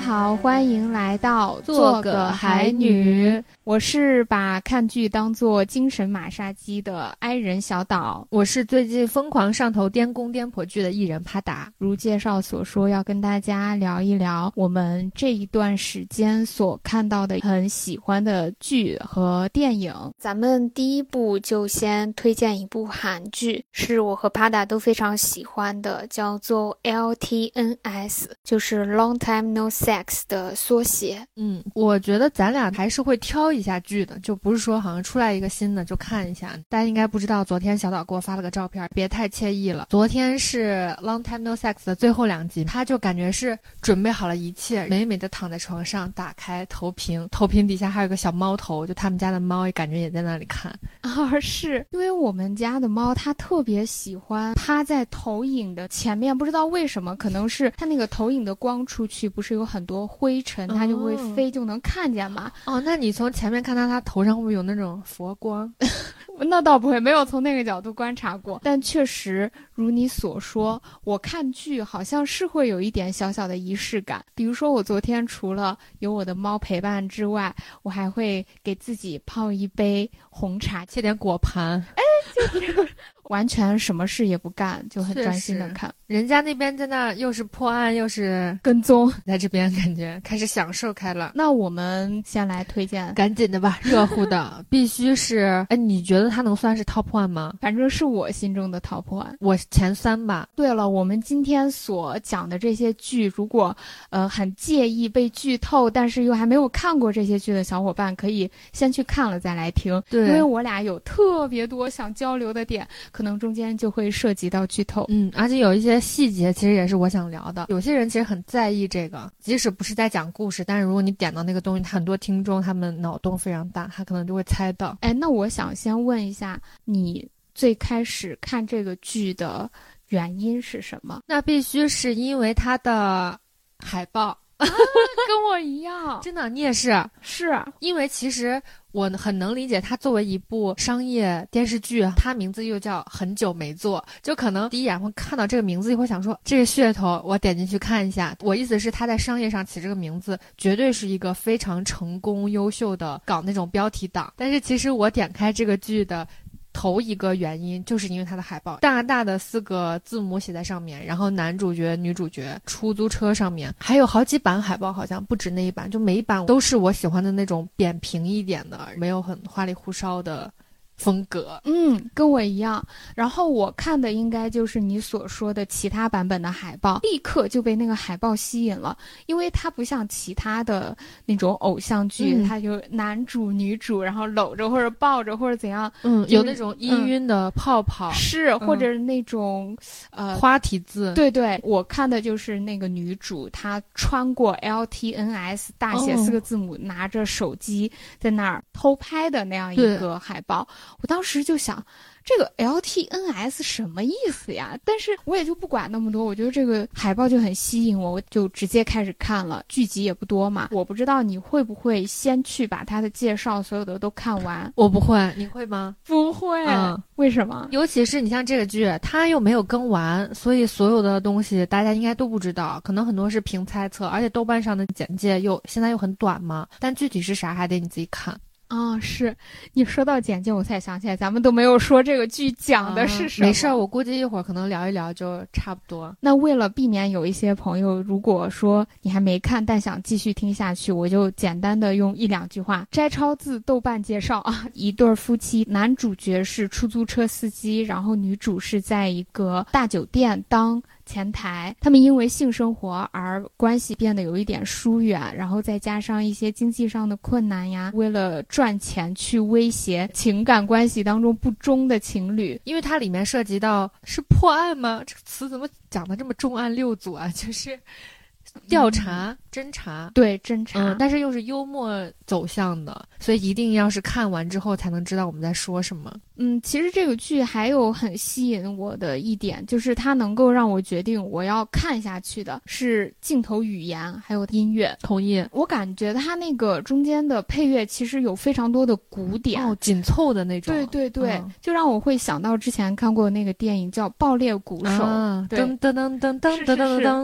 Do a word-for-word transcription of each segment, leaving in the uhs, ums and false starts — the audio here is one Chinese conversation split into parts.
好，欢迎来到做个海女。 我是把看剧当作精神马杀鸡的 i 人小岛， 我是最近疯狂上头颠公颠婆剧的艺人帕达。 如介绍所说，要跟大家聊一聊我们这一段时间所看到的很喜欢的剧和电影。咱们第一部就先推荐一部韩剧，是我和帕达都非常喜欢的，叫做 L T N S， 就是 Long Time No Sex 的缩写。 嗯，我觉得咱俩还是会挑一下剧的，就不是说好像出来一个新的就看一下。大家应该不知道，昨天小岛给我发了个照片，别太惬意了。昨天是 Long Time No Sex 的最后两集，他就感觉是准备好了一切，美美的躺在床上，打开投屏，投屏底下还有个小猫头，就他们家的猫也感觉也在那里看。 啊，是因为我们家的猫它特别喜欢趴在投影的前面，不知道为什么，可能是它那个投影的光出去不是有很多灰尘，它就会飞，就能看见嘛。 哦，那你从前面看到它头上会不会有那种佛光？ 那倒不会，没有从那个角度观察过，但确实如你所说，我看剧好像是会有一点小小的仪式感。比如说我昨天除了有我的猫陪伴之外，我还会给自己泡一杯红茶， 切点果盘， 哎，就完全什么事也不干，就很专心的看。 人家那边在那又是破案又是跟踪， 在这边感觉开始享受开了。 那我们先来推荐， 赶紧的吧，热乎的，必须是。哎，你觉得它能算是 top one 吗？ 反正是我心中的 top one， 我前三吧。 对了，我们今天所讲的这些剧，如果呃很介意被剧透，但是又还没有看过这些剧的小伙伴，可以先去看了再来听。 对， 因为我俩有特别多想交流的点，可能中间就会涉及到剧透。 嗯，而且有一些细节其实也是我想聊的。有些人其实很在意这个，即使不是在讲故事，但是如果你点到那个东西，很多听众他们脑洞非常大，他可能就会猜到。 哎，那我想先问一下，你最开始看这个剧的原因是什么？ 那必须是因为它的海报。 啊，跟我一样。 真的，你也是？ 是因为其实我很能理解它作为一部商业电视剧，它名字又叫很久没做，就可能第一眼会看到这个名字，就会想说这个噱头我点进去看一下。我意思是它在商业上起这个名字绝对是一个非常成功优秀的搞那种标题党。但是其实我点开这个剧的头一个原因就是因为它的海报大大的四个字母写在上面，然后男主角女主角出租车上面还有好几版海报，好像不止那一版，就每一版都是我喜欢的那种扁平一点的，没有很花里胡哨的风格。 嗯，跟我一样。然后我看的应该就是你所说的其他版本的海报，立刻就被那个海报吸引了，因为它不像其他的那种偶像剧，嗯、它就男主女主然后搂着或者抱着或者怎样， 嗯，有那种氤氲的泡泡， 嗯、是或者那种、嗯、呃花体字。 对对，我看的就是那个女主，她穿过 L T N S 大写四个字母，哦、拿着手机在那儿偷拍的那样一个海报。我当时就想，这个 L T N S 什么意思呀？但是我也就不管那么多，我觉得这个海报就很吸引我，我就直接开始看了。剧集也不多嘛，我不知道你会不会先去把它的介绍所有的都看完。 我不会，你会吗？ 不会。嗯，为什么？ 尤其是你像这个剧，它又没有更完，所以所有的东西大家应该都不知道，可能很多是凭猜测，而且豆瓣上的简介又现在又很短嘛，但具体是啥还得你自己看。 啊、哦，是你说到简介，我才想起来，咱们都没有说这个剧讲的是什么。 啊、没事，我估计一会儿可能聊一聊就差不多。 那为了避免有一些朋友，如果说你还没看但想继续听下去，我就简单的用一两句话摘抄自豆瓣介绍啊。一对夫妻，男主角是出租车司机，然后女主是在一个大酒店当前台，他们因为性生活而关系变得有一点疏远，然后再加上一些经济上的困难呀，为了赚钱去威胁情感关系当中不忠的情侣。 因为它里面涉及到是破案吗？这个词怎么讲的这么重案六组啊？就是调查、嗯、侦查， 对，侦查、 嗯，但是又是幽默走向的，所以一定要是看完之后才能知道我们在说什么。 嗯，其实这个剧还有很吸引我的一点，就是它能够让我决定我要看下去的是镜头语言还有音乐。 同意， 我感觉它那个中间的配乐其实有非常多的鼓点， 哦，紧凑的那种。 对对对、 嗯， 就让我会想到之前看过那个电影叫《爆裂鼓手》， 啊， 对， 噔噔噔噔噔噔噔噔。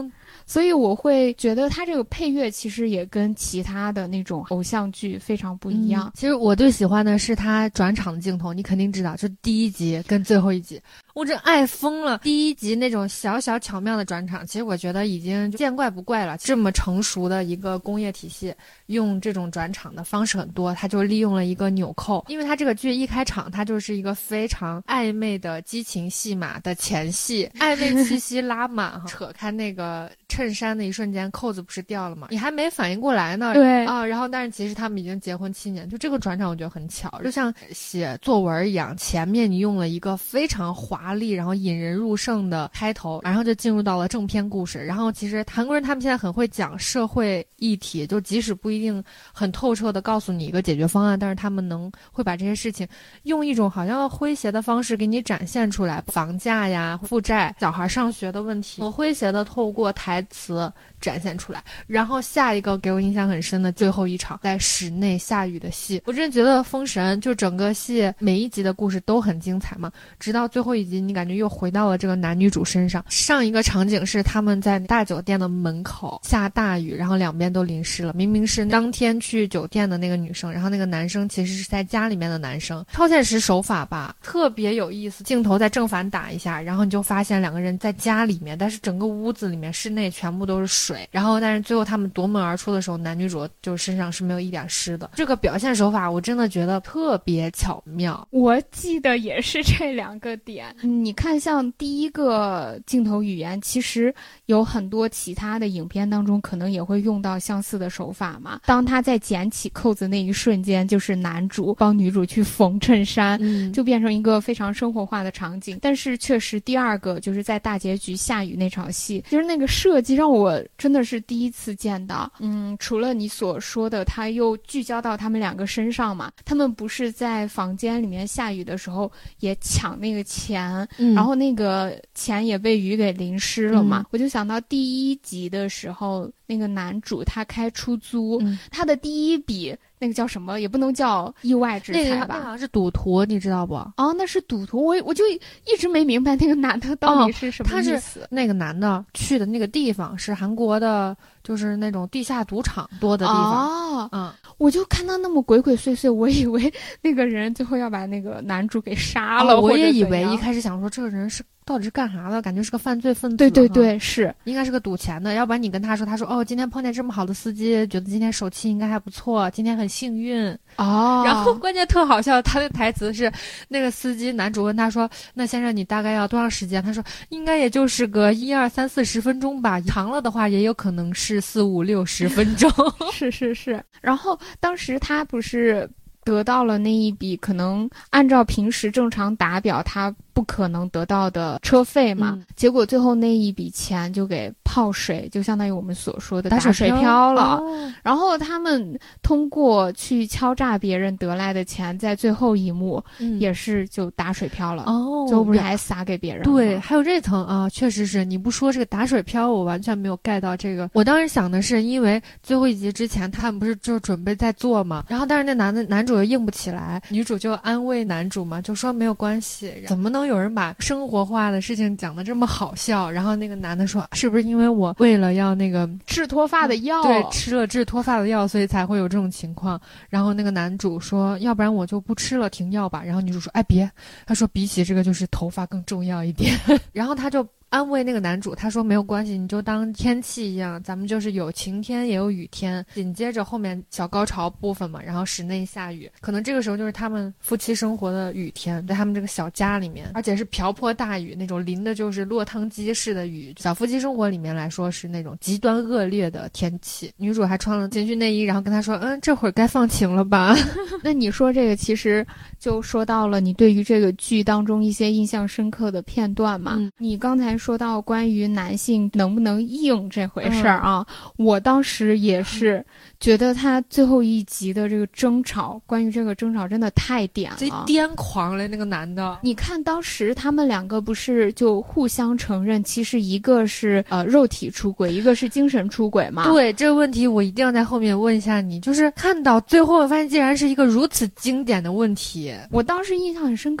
所以我会觉得他这个配乐其实也跟其他的那种偶像剧非常不一样。 嗯、其实我最喜欢的是他转场的镜头，你肯定知道，就第一集跟最后一集，我真爱疯了。第一集那种小小巧妙的转场，其实我觉得已经见怪不怪了。这么成熟的一个工业体系，用这种转场的方式很多，他就利用了一个纽扣。因为他这个剧一开场，它就是一个非常暧昧的激情戏码的前戏，暧昧气息拉满，扯开那个衬衫的一瞬间，扣子不是掉了吗？你还没反应过来呢， 对啊，然后但是其实他们已经结婚七年，就这个转场我觉得很巧，就像写作文一样，前面你用了一个非常华丽然后引人入胜的开头，然后就进入到了正片故事。然后其实韩国人他们现在很会讲社会议题，就即使不一定很透彻的告诉你一个解决方案，但是他们能会把这些事情用一种好像诙谐的方式给你展现出来，房价呀、负债、小孩上学的问题，我诙谐的透过台词展现出来。然后下一个给我印象很深的最后一场在室内下雨的戏，我真的觉得封神就整个戏每一集的故事都很精彩嘛，直到最后一集你感觉又回到了这个男女主身上。上一个场景是他们在大酒店的门口下大雨，然后两边都淋湿了，明明是当天去酒店的那个女生，然后那个男生其实是在家里面的男生。超现实手法吧，特别有意思，镜头在正反打一下，然后你就发现两个人在家里面，但是整个屋子里面室内全部都是水，然后但是最后他们夺门而出的时候，男女主就身上是没有一点湿的。这个表现手法我真的觉得特别巧妙。 我记得也是这两个点。你看像第一个镜头语言，其实有很多其他的影片当中可能也会用到相似的手法嘛。当他在捡起扣子那一瞬间，就是男主帮女主去缝衬衫、嗯、就变成一个非常生活化的场景。但是确实第二个就是在大结局下雨那场戏，就是那个设计让我真的是第一次见到。嗯，除了你所说的他又聚焦到他们两个身上嘛，他们不是在房间里面下雨的时候也抢那个钱、嗯、然后那个钱也被雨给淋湿了嘛、嗯、我就想到第一集的时候那个男主他开出租、嗯、他的第一笔那个叫什么也不能叫意外之财吧， 那个好像是赌徒，你知道不？ 哦，那是赌徒，我我就一直没明白那个男的到底是什么意思、哦、他是那个男的去的那个地方是韩国的，就是那种地下赌场多的地方。 哦，嗯，我就看他那么鬼鬼祟祟，我以为那个人最后要把那个男主给杀了、哦、 我也以为一开始想说这个人是到底是干啥的，感觉是个犯罪分子。 对对对，是应该是个赌钱的，要不然你跟他说，他说哦今天碰见这么好的司机，觉得今天手气应该还不错，今天很幸运哦。 然后关键特好笑，他的台词是那个司机男主问他说，那先生你大概要多长时间？他说应该也就是个一二三四十分钟吧，长了的话也有可能是四五六十分钟。 是是是。然后当时他不是得到了那一笔可能按照平时正常打表他不可能得到的车费嘛、嗯、结果最后那一笔钱就给泡水，就相当于我们所说的打水漂了、哦、然后他们通过去敲诈别人得来的钱，在最后一幕也是就打水漂了、嗯、哦，最后不是还撒给别人了？ 对，还有这层啊，确实是你不说这个打水漂我完全没有 get 到这个。我当时想的是因为最后一集之前他们不是就准备在做嘛，然后但是那男的男主又硬不起来，女主就安慰男主嘛，就说没有关系，怎么能有人把生活化的事情讲得这么好笑。然后那个男的说是不是因为我为了要那个治脱发的药、嗯、 对，吃了治脱发的药所以才会有这种情况。然后那个男主说要不然我就不吃了停药吧，然后女主说哎别，他说比起这个就是头发更重要一点。然后他就安慰那个男主，他说没有关系，你就当天气一样，咱们就是有晴天也有雨天。紧接着后面小高潮部分嘛，然后室内下雨，可能这个时候就是他们夫妻生活的雨天，在他们这个小家里面，而且是瓢泼大雨，那种淋的就是落汤鸡式的雨。小夫妻生活里面来说是那种极端恶劣的天气。女主还穿了情趣内衣，然后跟他说嗯这会儿该放晴了吧。 那你说这个其实就说到了你对于这个剧当中一些印象深刻的片段嘛、嗯、你刚才说到关于男性能不能硬这回事儿啊、嗯、我当时也是觉得他最后一集的这个争吵，关于这个争吵真的太点了， 贼癫狂了那个男的。 你看当时他们两个不是就互相承认其实一个是呃肉体出轨，一个是精神出轨嘛？ 对，这个问题我一定要在后面问一下你，就是看到最后我发现竟然是一个如此经典的问题。 我当时印象很深刻，我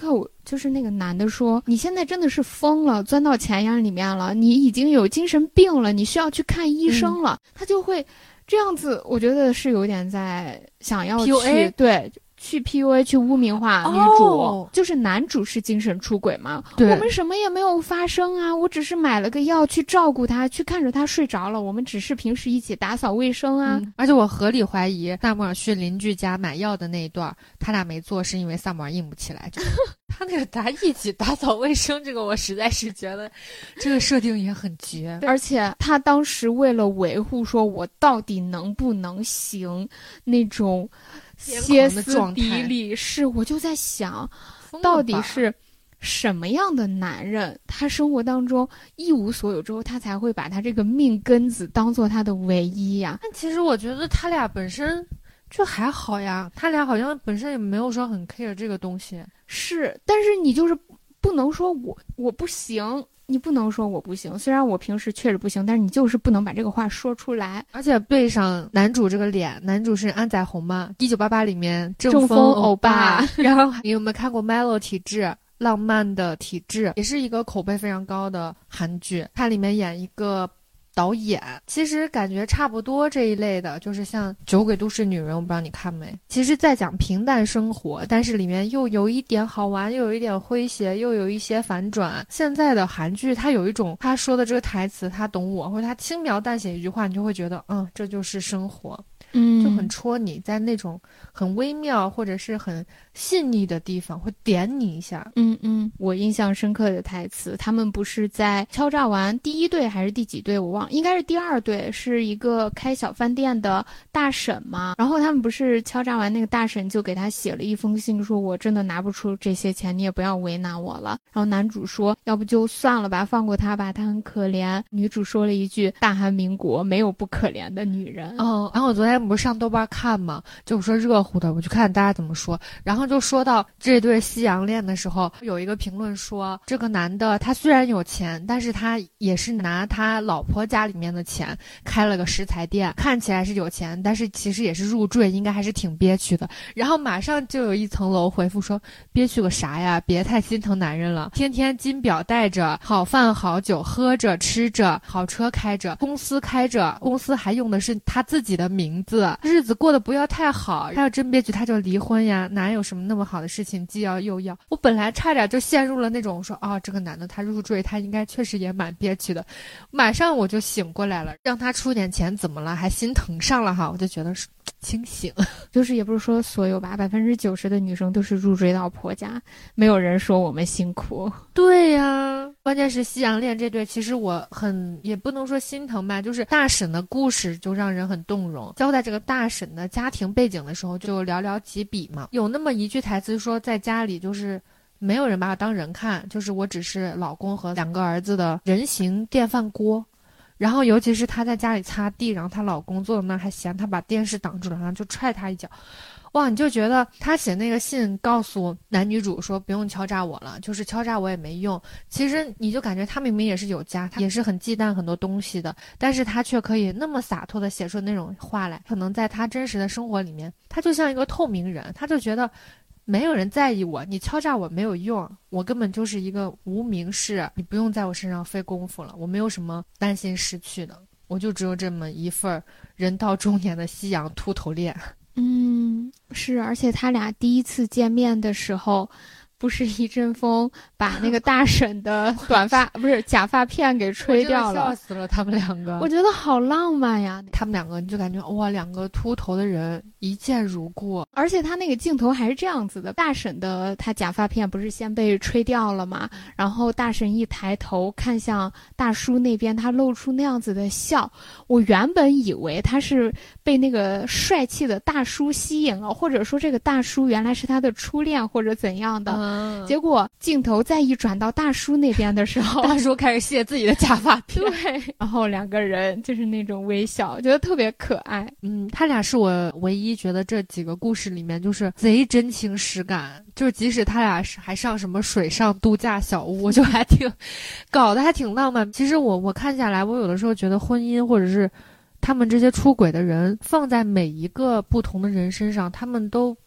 就是那个男的说，你现在真的是疯了，钻到钱眼里面了，你已经有精神病了，你需要去看医生了。嗯、他就会这样子，我觉得是有点在想要去 P U A 对。去 P U A 去污名化女主、oh. 就是男主是精神出轨嘛，我们什么也没有发生啊，我只是买了个药去照顾他，去看着他睡着了，我们只是平时一起打扫卫生啊、 嗯、而且我合理怀疑萨摩尔去邻居家买药的那一段他俩没做是因为萨摩尔硬不起来他那个咱一起打扫卫生这个我实在是觉得这个设定也很绝， 而且他当时为了维护说我到底能不能行那种歇斯底里，是我就在想到底是什么样的男人他生活当中一无所有之后他才会把他这个命根子当做他的唯一呀。 但其实我觉得他俩本身就还好呀，他俩好像本身也没有说很 care 这个东西， 是，但是你就是不能说我我不行，你不能说我不行，虽然我平时确实不行，但是你就是不能把这个话说出来。 而且对上男主这个脸，男主是安宰弘嘛，一九八八里面正风欧巴， 然后你有没有看过 Melo 体质，浪漫的体质，也是一个口碑非常高的韩剧，它里面演一个导演，其实感觉差不多这一类的，就是像《酒鬼都市女人》，我不知道你看没，其实在讲平淡生活，但是里面又有一点好玩，又有一点诙谐，又有一些反转。现在的韩剧它有一种他说的这个台词他懂我，或者他轻描淡写一句话，你就会觉得嗯，这就是生活， 嗯， 就很戳你，在那种很微妙或者是很细腻的地方会点你一下。 嗯嗯，我印象深刻的台词，他们不是在敲诈完第一队还是第几队我忘了，应该是第二队，是一个开小饭店的大婶嘛，然后他们不是敲诈完那个大婶就给他写了一封信，说我真的拿不出这些钱，你也不要为难我了。然后男主说要不就算了吧，放过他吧，他很可怜。女主说了一句大韩民国没有不可怜的女人。 哦，然后我昨天不是上豆瓣看嘛，就说热乎的，我就看大家怎么说，然后就说到这对西洋恋的时候，有一个评论说这个男的他虽然有钱，但是他也是拿他老婆家里面的钱开了个食材店，看起来是有钱，但是其实也是入赘，应该还是挺憋屈的。然后马上就有一层楼回复说憋屈个啥呀，别太心疼男人了，天天金表带着，好饭好酒喝着吃着，好车开着，公司开着，公司还用的是他自己的名字，日子过得不要太好，他要真憋屈他就离婚呀，哪有什么那么好的事情既要又要。我本来差点就陷入了那种说啊、哦，这个男的他入赘，他应该确实也蛮憋屈的，马上我就醒过来了，让他出点钱怎么了，还心疼上了哈，我就觉得是清醒。 就是也不是说所有吧，百分之九十的女生都是入赘到婆家，没有人说我们辛苦。 对呀，关键是西洋恋这对，其实我很也不能说心疼吧，就是大婶的故事就让人很动容。交代这个大婶的家庭背景的时候，就寥寥几笔嘛，有那么一句台词说，在家里就是没有人把我当人看，就是我只是老公和两个儿子的人形电饭锅。然后尤其是她在家里擦地，然后她老公坐在那儿还嫌她把电视挡住了，然后就踹她一脚。哇，你就觉得她写那个信告诉男女主说不用敲诈我了，就是敲诈我也没用。其实你就感觉她明明也是有家，她也是很忌惮很多东西的，但是她却可以那么洒脱的写出那种话来。可能在她真实的生活里面，她就像一个透明人，她就觉得没有人在意我，你敲诈我没有用，我根本就是一个无名氏，你不用在我身上费功夫了，我没有什么担心失去的，我就只有这么一份人到中年的西洋秃头恋。 嗯，是，而且他俩第一次见面的时候，不是一阵风把那个大婶的短发不是假发片给吹掉了， 笑死了他们两个。 我觉得好浪漫呀， 他们两个你就感觉哇，两个秃头的人一见如故。 而且他那个镜头还是这样子的，大婶的他假发片不是先被吹掉了吗？然后大婶一抬头看向大叔那边，他露出那样子的笑。我原本以为他是被那个帅气的大叔吸引了，或者说这个大叔原来是他的初恋或者怎样的。嗯、结果镜头再一转到大叔那边的时候， 大叔开始卸自己的假发片， 对，然后两个人就是那种微笑，觉得特别可爱。 嗯，他俩是我唯一觉得这几个故事里面就是贼真情实感，就是即使他俩是还上什么水上度假小屋，就还挺搞得还挺浪漫。其实我我看下来，我有的时候觉得婚姻或者是他们这些出轨的人放在每一个不同的人身上，他们都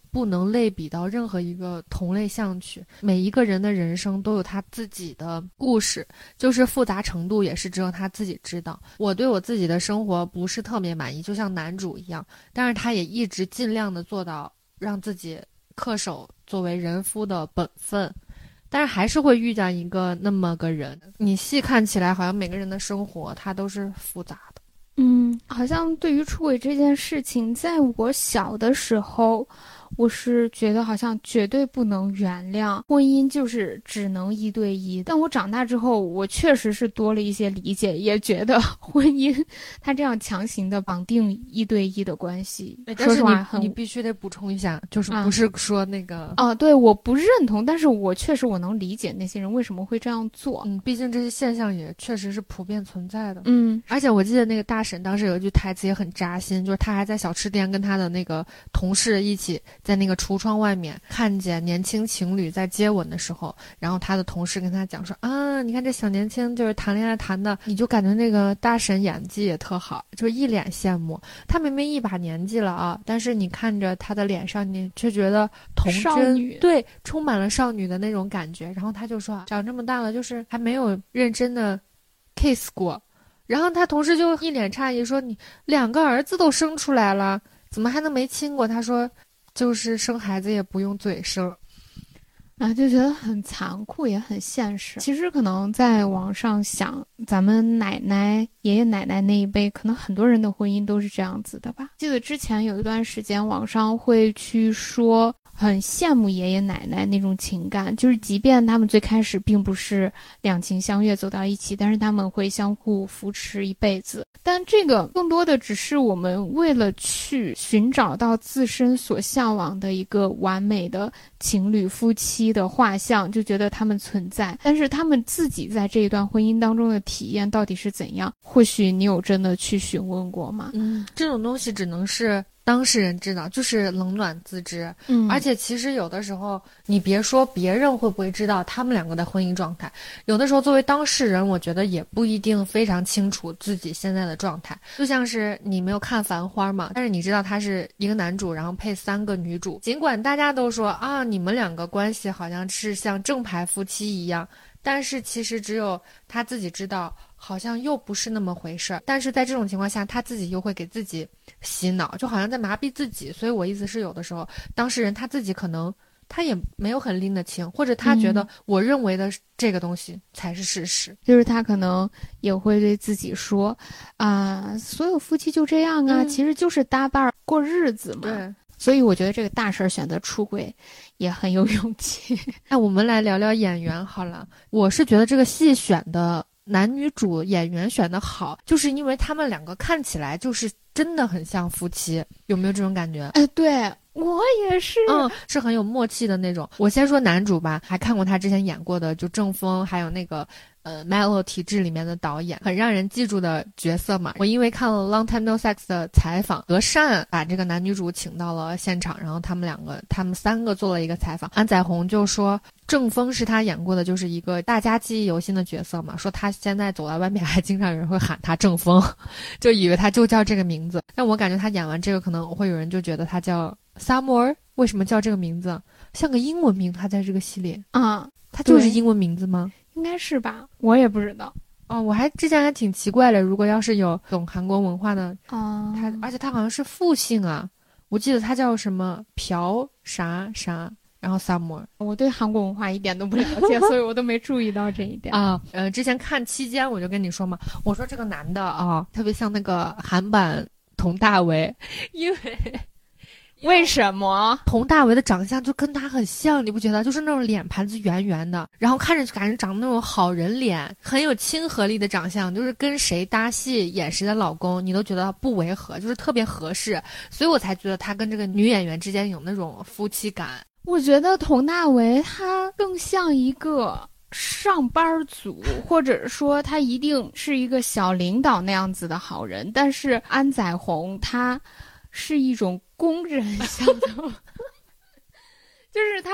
不能类比到任何一个同类项去。每一个人的人生都有他自己的故事，就是复杂程度也是只有他自己知道。我对我自己的生活不是特别满意，就像男主一样，但是他也一直尽量的做到让自己恪守作为人夫的本分，但是还是会遇见一个那么个人。你细看起来好像每个人的生活他都是复杂的。 嗯，好像对于出轨这件事情，在我小的时候，我是觉得好像绝对不能原谅，婚姻就是只能一对一。但我长大之后，我确实是多了一些理解，也觉得婚姻它这样强行的绑定一对一的关系， 但是你很你必须得补充一下，就是不是说那个啊，对，我不认同，但是我确实我能理解那些人为什么会这样做。 嗯，毕竟这些现象也确实是普遍存在的。 嗯， 而且我记得那个大婶当时有一句台词也很扎心，就是她还在小吃店跟她的那个同事一起在那个橱窗外面看见年轻情侣在接吻的时候，然后她的同事跟她讲说啊，你看这小年轻就是谈恋爱谈的，你就感觉那个大婶演技也特好，就是一脸羡慕。她明明一把年纪了啊，但是你看着她的脸上，你却觉得童真，对，充满了少女的那种感觉。然后她就说长这么大了就是还没有认真的 kiss 过。然后他同事就一脸诧异说，你两个儿子都生出来了，怎么还能没亲过？他说就是生孩子也不用嘴生啊，就觉得很残酷也很现实。其实可能在网上想，咱们奶奶爷爷奶奶那一辈，可能很多人的婚姻都是这样子的吧。记得之前有一段时间网上会去说很羡慕爷爷奶奶那种情感，就是即便他们最开始并不是两情相悦走到一起，但是他们会相互扶持一辈子。但这个更多的只是我们为了去寻找到自身所向往的一个完美的情侣夫妻的画像，就觉得他们存在，但是他们自己在这一段婚姻当中的体验到底是怎样，或许你有真的去询问过吗？ 嗯，这种东西只能是当事人知道，就是冷暖自知。 嗯， 而且其实有的时候你别说别人会不会知道他们两个的婚姻状态，有的时候作为当事人我觉得也不一定非常清楚自己现在的状态。就像是你没有看繁花嘛，但是你知道他是一个男主然后配三个女主，尽管大家都说啊你们两个关系好像是像正牌夫妻一样，但是其实只有他自己知道好像又不是那么回事儿。但是在这种情况下他自己又会给自己洗脑，就好像在麻痹自己。所以我意思是有的时候当事人他自己可能他也没有很拎得清，或者他觉得我认为的这个东西才是事实、嗯、 就是他可能也会对自己说啊、呃，所有夫妻就这样啊、嗯、其实就是搭伴过日子嘛。 对， 所以我觉得这个大婶选择出轨也很有勇气。 那我们来聊聊演员好了。我是觉得这个戏选的男女主演员选的好，就是因为他们两个看起来就是真的很像夫妻，有没有这种感觉？ 哎，对，我也是， 嗯，是很有默契的那种。我先说男主吧，还看过他之前演过的就郑峰，还有那个呃 Melo 体制里面的导演，很让人记住的角色嘛。我因为看了 Long Time No Sex 的采访，德善把这个男女主请到了现场，然后他们两个他们三个做了一个采访。安宰红就说郑峰是他演过的就是一个大家记忆犹新的角色嘛，说他现在走在外面还经常有人会喊他郑峰，就以为他就叫这个名字。但我感觉他演完这个可能会有人就觉得他叫 Summer， 为什么叫这个名字？像个英文名，他在这个系列啊， 他就是英文名字吗？ 应该是吧，我也不知道。 哦，我还之前还挺奇怪的，如果要是有懂韩国文化的， 哦， 他而且他好像是复姓啊，我记得他叫什么朴啥啥，然后 Summer。 我对韩国文化一点都不了解，所以我都没注意到这一点啊。呃，之前看期间我就跟你说嘛，我说这个男的啊，特别像那个韩版佟大为，因为。 为什么佟大为的长相就跟他很像，你不觉得？就是那种脸盘子圆圆的，然后看着感觉长得那种好人脸，很有亲和力的长相，就是跟谁搭戏演谁的老公你都觉得不违和，就是特别合适。所以我才觉得他跟这个女演员之间有那种夫妻感。 我觉得佟大为他更像一个上班族，或者说他一定是一个小领导那样子的好人，但是安宰红他是一种工人向的就是他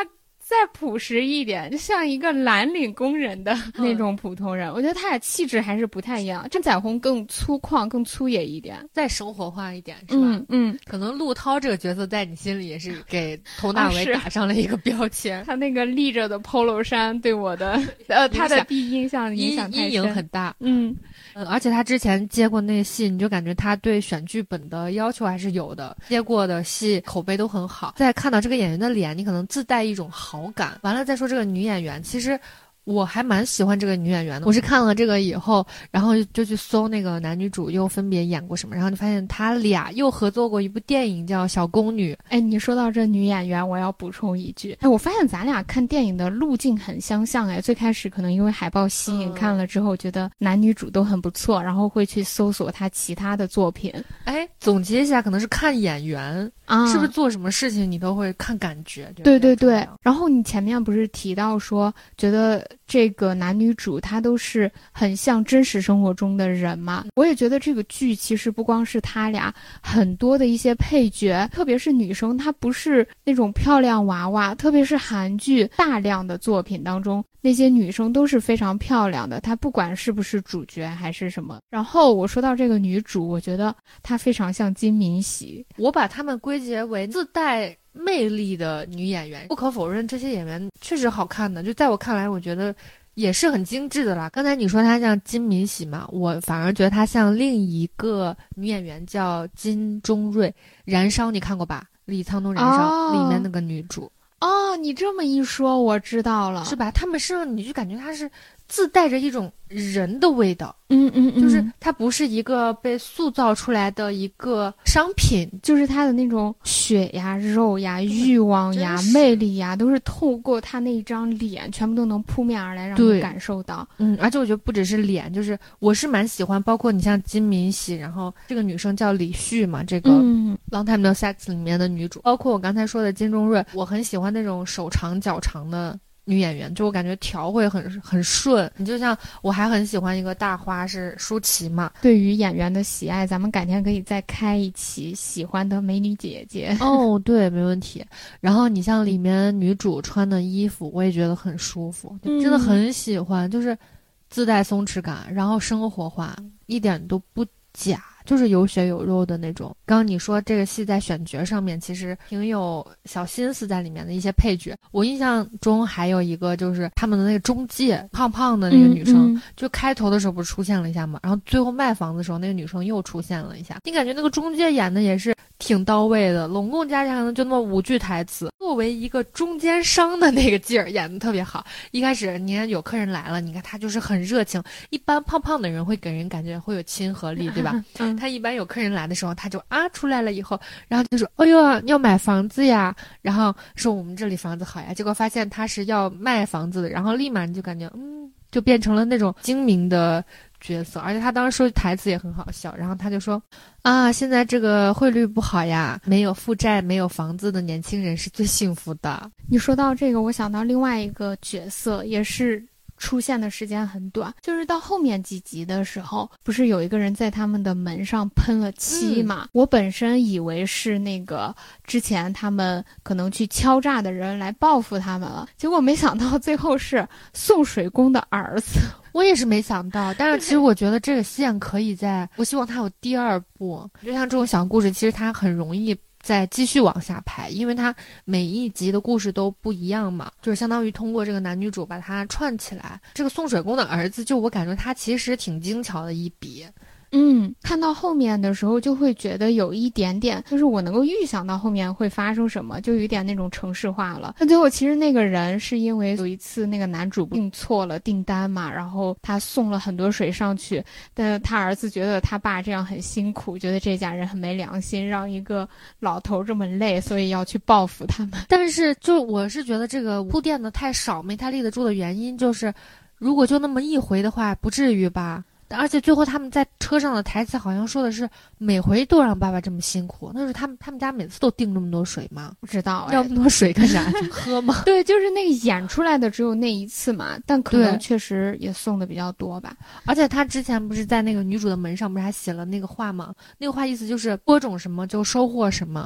再朴实一点，就像一个蓝领工人的那种普通人。嗯、我觉得他俩气质还是不太一样，郑载红更粗犷、更粗野一点， 再生活化一点，是吧？ 嗯嗯， 可能陆涛这个角色在你心里也是给佟大为打上了一个标签。 啊、他那个立着的 polo 衫对我的呃他的第一印象影响太深， 阴影很大。 嗯。 嗯，而且他之前接过那个戏，你就感觉他对选剧本的要求还是有的，接过的戏口碑都很好。再看到这个演员的脸，你可能自带一种好感。完了再说这个女演员，其实我还蛮喜欢这个女演员的。我是看了这个以后，然后就去搜那个男女主又分别演过什么，然后就发现他俩又合作过一部电影叫《小宫女》。 哎，你说到这女演员，我要补充一句，哎，我发现咱俩看电影的路径很相像。哎，最开始可能因为海报吸引，嗯、看了之后觉得男女主都很不错，然后会去搜索他其他的作品。 哎，总结一下，可能是看演员啊，是不是做什么事情你都会看感觉？ 对对对。然后你前面不是提到说，觉得这个男女主他都是很像真实生活中的人嘛？我也觉得这个剧其实不光是他俩，很多的一些配角，特别是女生，她不是那种漂亮娃娃，特别是韩剧大量的作品当中，那些女生都是非常漂亮的，她不管是不是主角还是什么。然后我说到这个女主，我觉得她非常像金敏喜， 我把她们归结为自带魅力的女演员。不可否认，这些演员确实好看的，就在我看来，我觉得也是很精致的啦。刚才你说她像金敏喜嘛，我反而觉得她像另一个女演员叫金钟瑞，《燃烧》你看过吧？李沧东《燃烧》里面那个女主。 哦，你这么一说，我知道了， 是吧？她们身上你就感觉她是自带着一种人的味道。 嗯嗯嗯， 就是它不是一个被塑造出来的一个商品， 就是它的那种血呀、肉呀、欲望呀、魅力呀，都是透过他那一张脸，全部都能扑面而来，让你感受到。 嗯，而且我觉得不只是脸，就是我是蛮喜欢，包括你像金敏喜，然后这个女生叫李旭嘛，这个《Long Time No Sex》里面的女主，包括我刚才说的金钟瑞，我很喜欢那种手长脚长的女演员，就我感觉调会很很顺。你就像我还很喜欢一个大花是舒淇嘛。 对于演员的喜爱，咱们改天可以再开一期喜欢的美女姐姐。 哦，对，没问题。然后你像里面女主穿的衣服，我也觉得很舒服， 嗯、 真的很喜欢，就是自带松弛感，然后生活化，一点都不假。就是有血有肉的那种。刚刚你说这个戏在选角上面其实挺有小心思在里面的一些配角，我印象中还有一个就是他们的那个中介胖胖的那个女生、嗯嗯、就开头的时候不是出现了一下嘛，然后最后卖房子的时候那个女生又出现了一下，你感觉那个中介演的也是挺到位的，拢共加起来可能就那么五句台词，作为一个中间商的那个劲儿演的特别好。一开始你看有客人来了，你看他就是很热情，一般胖胖的人会给人感觉会有亲和力，对吧？嗯，他一般有客人来的时候他就啊出来了以后，然后就说哎呦要买房子呀，然后说我们这里房子好呀，结果发现他是要卖房子的，然后立马你就感觉嗯就变成了那种精明的角色。而且他当时说台词也很好笑，然后他就说啊现在这个汇率不好呀，没有负债没有房子的年轻人是最幸福的。 你说到这个我想到另外一个角色，也是出现的时间很短，就是到后面几集的时候，不是有一个人在他们的门上喷了漆嘛、嗯、我本身以为是那个之前他们可能去敲诈的人来报复他们了，结果没想到最后是宋水公的儿子。 我也是没想到，但是其实我觉得这个线可以在我希望它有第二部，就像这种小故事其实它很容易再继续往下拍，因为它每一集的故事都不一样嘛，就是相当于通过这个男女主把它串起来。这个宋水公的儿子，就我感觉他其实挺精巧的一笔。 嗯，看到后面的时候就会觉得有一点点，就是我能够预想到后面会发生什么，就有一点那种程式化了。那最后其实那个人是因为有一次那个男主订错了订单嘛，然后他送了很多水上去，但他儿子觉得他爸这样很辛苦，觉得这家人很没良心，让一个老头这么累，所以要去报复他们。 但是就我是觉得这个铺垫的太少，没太立得住的原因就是如果就那么一回的话不至于吧。而且最后他们在车上的台词好像说的是每回都让爸爸这么辛苦，那是他们他们家每次都订这么多水吗？ 不知道、 哎、要那么多水干啥？喝吗？ 对，就是那个演出来的只有那一次嘛，但可能确实也送的比较多吧。 而且他之前不是在那个女主的门上不是还写了那个话吗？那个话意思就是播种什么就收获什么，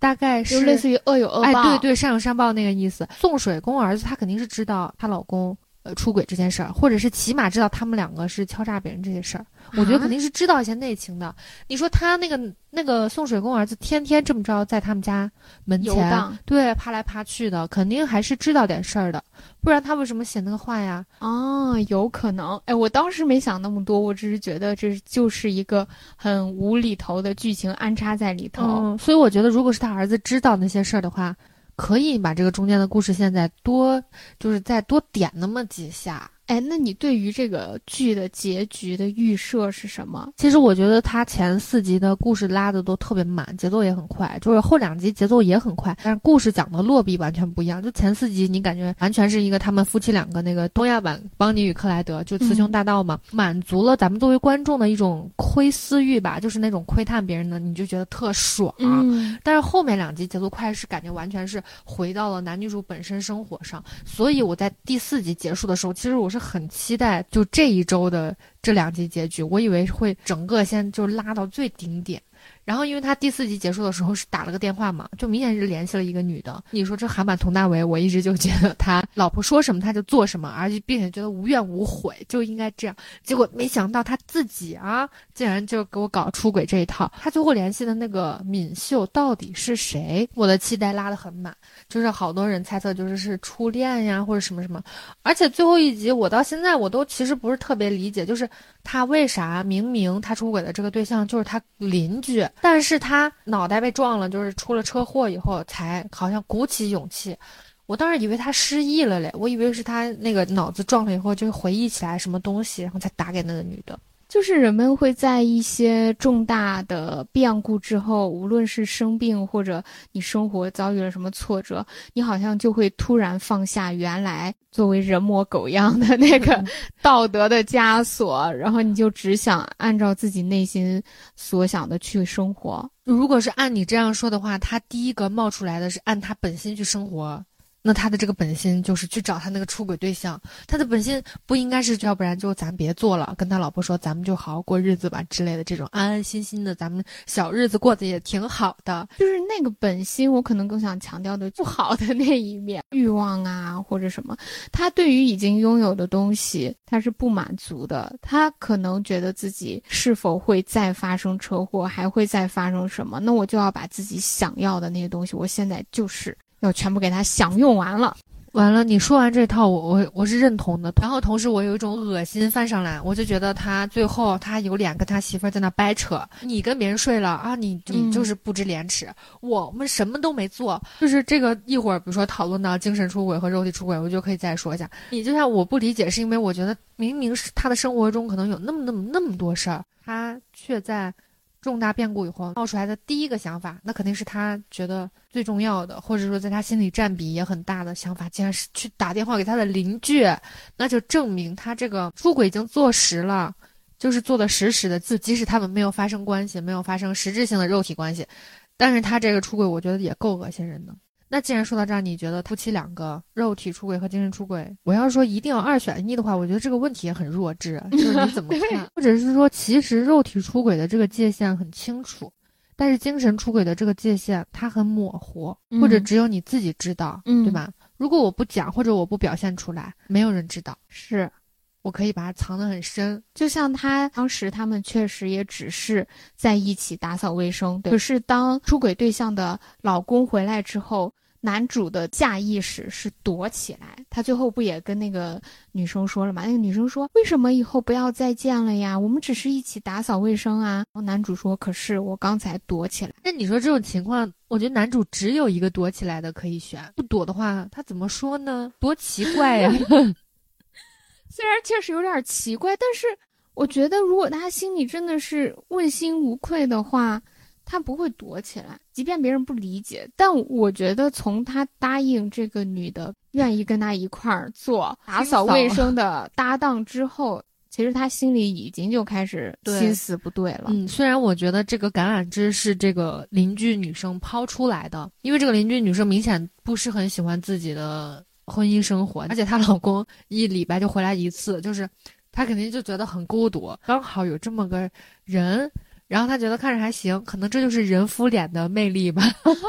大概是就类似于恶有恶报， 哎，对对，善有善报那个意思。宋水公儿子她肯定是知道她老公呃出轨这件事儿，或者是起码知道他们两个是敲诈别人这些事儿。我觉得肯定是知道一些内情的。啊、你说他那个那个宋水公儿子天天这么着在他们家门前对爬来爬去的，肯定还是知道点事儿的，不然他为什么写那个话呀？ 哦，有可能。哎，我当时没想那么多，我只是觉得这就是一个很无厘头的剧情安插在里头。 嗯，所以我觉得如果是他儿子知道那些事儿的话，可以把这个中间的故事线再多，就是再多点那么几下。 哎，那你对于这个剧的结局的预设是什么？ 其实我觉得它前四集的故事拉的都特别满，节奏也很快，就是后两集节奏也很快，但是故事讲的落笔完全不一样。就前四集你感觉完全是一个他们夫妻两个那个东亚版邦尼与克莱德，就雌雄大盗嘛，嗯、满足了咱们作为观众的一种窥私欲吧，就是那种窥探别人的，你就觉得特爽。 嗯、 但是后面两集节奏快是感觉完全是回到了男女主本身生活上，所以我在第四集结束的时候，其实我是很期待就这一周的这两集结局，我以为会整个先就拉到最顶点。然后因为他第四集结束的时候是打了个电话嘛，就明显是联系了一个女的。你说这韩版佟大为，我一直就觉得他老婆说什么他就做什么，而且并且觉得无怨无悔，就应该这样。结果没想到他自己啊，竟然就给我搞出轨这一套。他最后联系的那个闵秀到底是谁？我的期待拉得很满，就是好多人猜测就是是初恋呀，或者什么什么。而且最后一集我到现在我都其实不是特别理解，就是他为啥明明他出轨的这个对象就是他邻居，但是他脑袋被撞了，就是出了车祸以后才好像鼓起勇气。我当时以为他失忆了嘞，我以为是他那个脑子撞了以后就是回忆起来什么东西，然后才打给那个女的。 就是人们会在一些重大的变故之后，无论是生病或者你生活遭遇了什么挫折，你好像就会突然放下原来作为人模狗样的那个道德的枷锁，然后你就只想按照自己内心所想的去生活。 如果是按你这样说的话，他第一个冒出来的是按他本心去生活，那他的这个本心就是去找他那个出轨对象，他的本心不应该是要不然就咱别做了，跟他老婆说咱们就好好过日子吧之类的，这种安安心心的咱们小日子过得也挺好的。 就是那个本心我可能更想强调的不好的那一面，欲望啊或者什么，他对于已经拥有的东西他是不满足的，他可能觉得自己是否会再发生车祸，还会再发生什么，那我就要把自己想要的那些东西我现在就是要全部给他享用完了。 完了，你说完这套我我我是认同的，然后同时我有一种恶心翻上来，我就觉得他最后他有脸跟他媳妇儿在那掰扯，你跟别人睡了啊，你你就是不知廉耻、嗯、我们什么都没做。就是这个一会儿比如说讨论到精神出轨和肉体出轨，我就可以再说一下。你就像我不理解，是因为我觉得明明是他的生活中可能有那么那么那么多事儿，他却在重大变故以后冒出来的第一个想法，那肯定是他觉得最重要的，或者说在他心里占比也很大的想法，竟然是去打电话给他的邻居，那就证明他这个出轨已经坐实了，就是做的实实的，就即使他们没有发生关系，没有发生实质性的肉体关系，但是他这个出轨我觉得也够恶心人的。那既然说到这儿，你觉得夫妻两个肉体出轨和精神出轨，我要说一定要二选一的话，我觉得这个问题也很弱智，就是你怎么看？或者是说其实肉体出轨的这个界限很清楚，但是精神出轨的这个界限它很模糊，或者只有你自己知道、嗯、对吧？如果我不讲或者我不表现出来，没有人知道， 是我可以把它藏得很深。 就像他当时他们确实也只是在一起打扫卫生，对，可是当出轨对象的老公回来之后，男主的下意识是躲起来，他最后不也跟那个女生说了嘛？那个女生说为什么以后不要再见了呀，我们只是一起打扫卫生啊。然后男主说可是我刚才躲起来。 那你说这种情况，我觉得男主只有一个躲起来的可以选，不躲的话他怎么说呢？多奇怪呀虽然确实有点奇怪，但是我觉得如果他心里真的是问心无愧的话，他不会躲起来，即便别人不理解。但我觉得从他答应这个女的愿意跟他一块儿做打扫卫生的搭档之后，其实他心里已经就开始心思不对了。 嗯，虽然我觉得这个橄榄枝是这个邻居女生抛出来的，因为这个邻居女生明显不是很喜欢自己的婚姻生活，而且她老公一礼拜就回来一次，就是她肯定就觉得很孤独，刚好有这么个人，然后她觉得看着还行，可能这就是人夫脸的魅力吧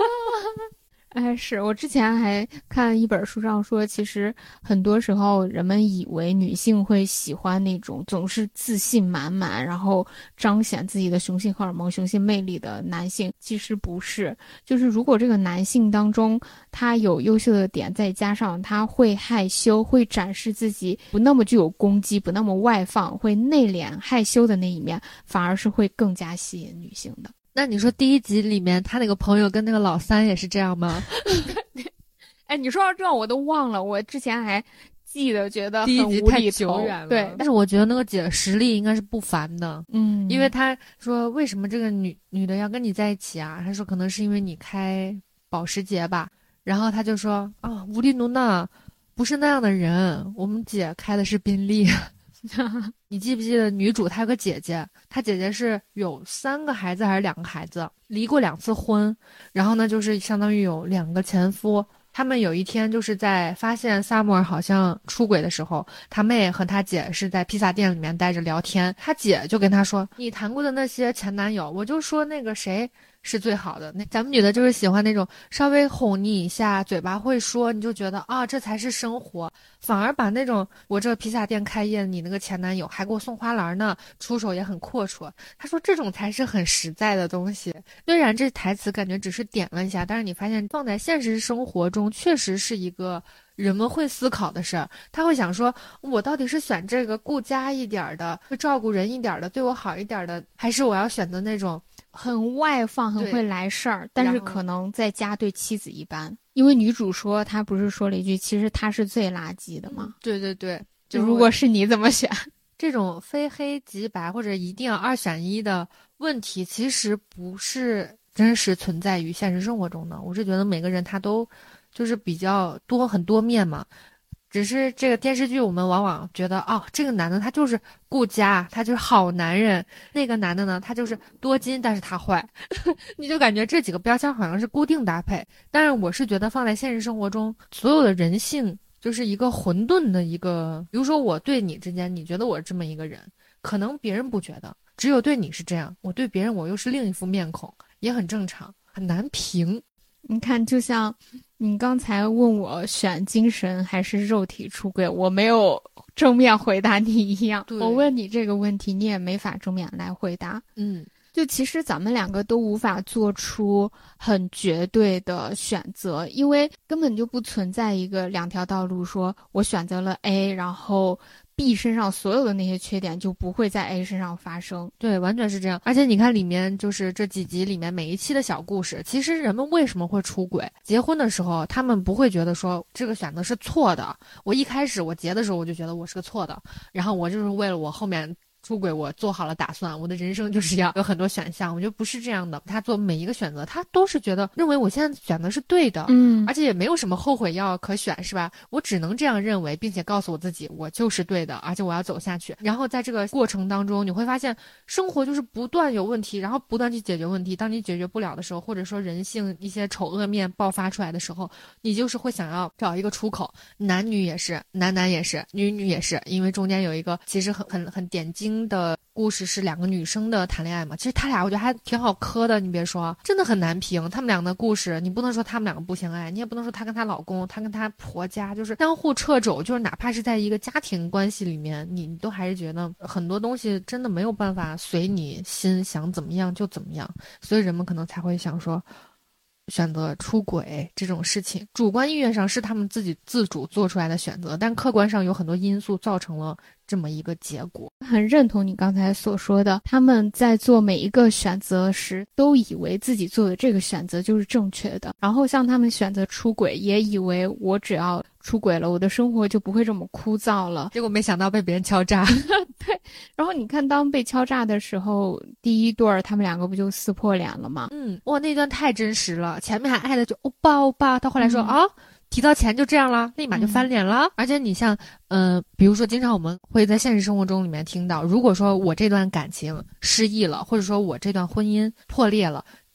哎，是我之前还看一本书上说，其实很多时候人们以为女性会喜欢那种总是自信满满，然后彰显自己的雄性荷尔蒙、雄性魅力的男性，其实不是。就是如果这个男性当中他有优秀的点，再加上他会害羞，会展示自己不那么具有攻击、不那么外放、会内敛害羞的那一面，反而是会更加吸引女性的。 那你说第一集里面他那个朋友跟那个老三也是这样吗？ 哎，你说到这我都忘了，我之前还记得，觉得第一集太久远了。 对， 但是我觉得那个姐实力应该是不凡的。 嗯， 因为他说为什么这个女女的要跟你在一起啊？他说可能是因为你开保时捷吧。然后他就说啊，吴丽奴娜不是那样的人，我们姐开的是宾利。你记不记得女主她有个姐姐，她姐姐是有三个孩子还是两个孩子，离过两次婚，然后呢就是相当于有两个前夫。他们有一天就是在发现萨摩尔好像出轨的时候，他妹和他姐是在披萨店里面待着聊天，他姐就跟他说，你谈过的那些前男友，我就说那个谁是最好的，那咱们女的就是喜欢那种稍微哄你一下，嘴巴会说，你就觉得啊这才是生活，反而把那种我这个披萨店开业，你那个前男友还给我送花篮呢，出手也很阔绰。他说这种才是很实在的东西。虽然这台词感觉只是点了一下，但是你发现放在现实生活中确实是一个人们会思考的事儿。他会想说，我到底是选这个顾家一点的，会照顾人一点的，对我好一点的，还是我要选择那种很外放、很会来事儿，但是可能在家对妻子一般。因为女主说，她不是说了一句，其实她是最垃圾的吗？ 对对对， 就如果是你怎么选？ 这种非黑即白或者一定要二选一的问题，其实不是真实存在于现实生活中的。我是觉得每个人他都就是比较多很多面嘛。只是这个电视剧我们往往觉得，哦，这个男的他就是顾家，他就是好男人，那个男的呢他就是多金但是他坏。你就感觉这几个标签好像是固定搭配。但是我是觉得放在现实生活中，所有的人性就是一个混沌的一个，比如说我对你之间，你觉得我是这么一个人，可能别人不觉得，只有对你是这样，我对别人我又是另一副面孔，也很正常，很难评。 你看，就像你刚才问我选精神还是肉体出轨，我没有正面回答你一样。我问你这个问题，你也没法正面来回答。 嗯， 就其实咱们两个都无法做出很绝对的选择，因为根本就不存在一个两条道路，说我选择了 A， 然后 B 身上所有的那些缺点就不会在 A 身上发生。 对，完全是这样。而且你看里面就是这几集里面每一期的小故事，其实人们为什么会出轨？结婚的时候他们不会觉得说这个选择是错的，我一开始我结的时候我就觉得我是个错的，然后我就是为了我后面出轨我做好了打算，我的人生就是要有很多选项。我觉得不是这样的，他做每一个选择他都是觉得认为我现在选的是对的， 嗯， 而且也没有什么后悔药可选，是吧？我只能这样认为，并且告诉我自己我就是对的，而且我要走下去。然后在这个过程当中你会发现生活就是不断有问题，然后不断去解决问题。当你解决不了的时候，或者说人性一些丑恶面爆发出来的时候，你就是会想要找一个出口。男女也是，男男也是，女女也是。因为中间有一个其实很很很点睛的故事，是两个女生的谈恋爱嘛，其实他俩我觉得还挺好磕的，你别说真的很难评。他们俩的故事你不能说他们两个不相爱，你也不能说她跟她老公她跟她婆家就是相互掣肘，就是哪怕是在一个家庭关系里面，你都还是觉得很多东西真的没有办法随你心想怎么样就怎么样。所以人们可能才会想说选择出轨这种事情，主观意愿上是他们自己自主做出来的选择，但客观上有很多因素造成了这么一个结果。 很认同你刚才所说的，他们在做每一个选择时都以为自己做的这个选择就是正确的，然后像他们选择出轨也以为我只要出轨了我的生活就不会这么枯燥了， 结果没想到被别人敲诈。 对，然后你看当被敲诈的时候，第一对儿他们两个不就撕破脸了吗？ 嗯，哇，那段太真实了，前面还爱的就欧巴欧巴，到后来说、嗯、啊提到钱就这样了，立马就翻脸了、嗯、而且你像嗯、呃，比如说经常我们会在现实生活中里面听到，如果说我这段感情失忆了，或者说我这段婚姻破裂了，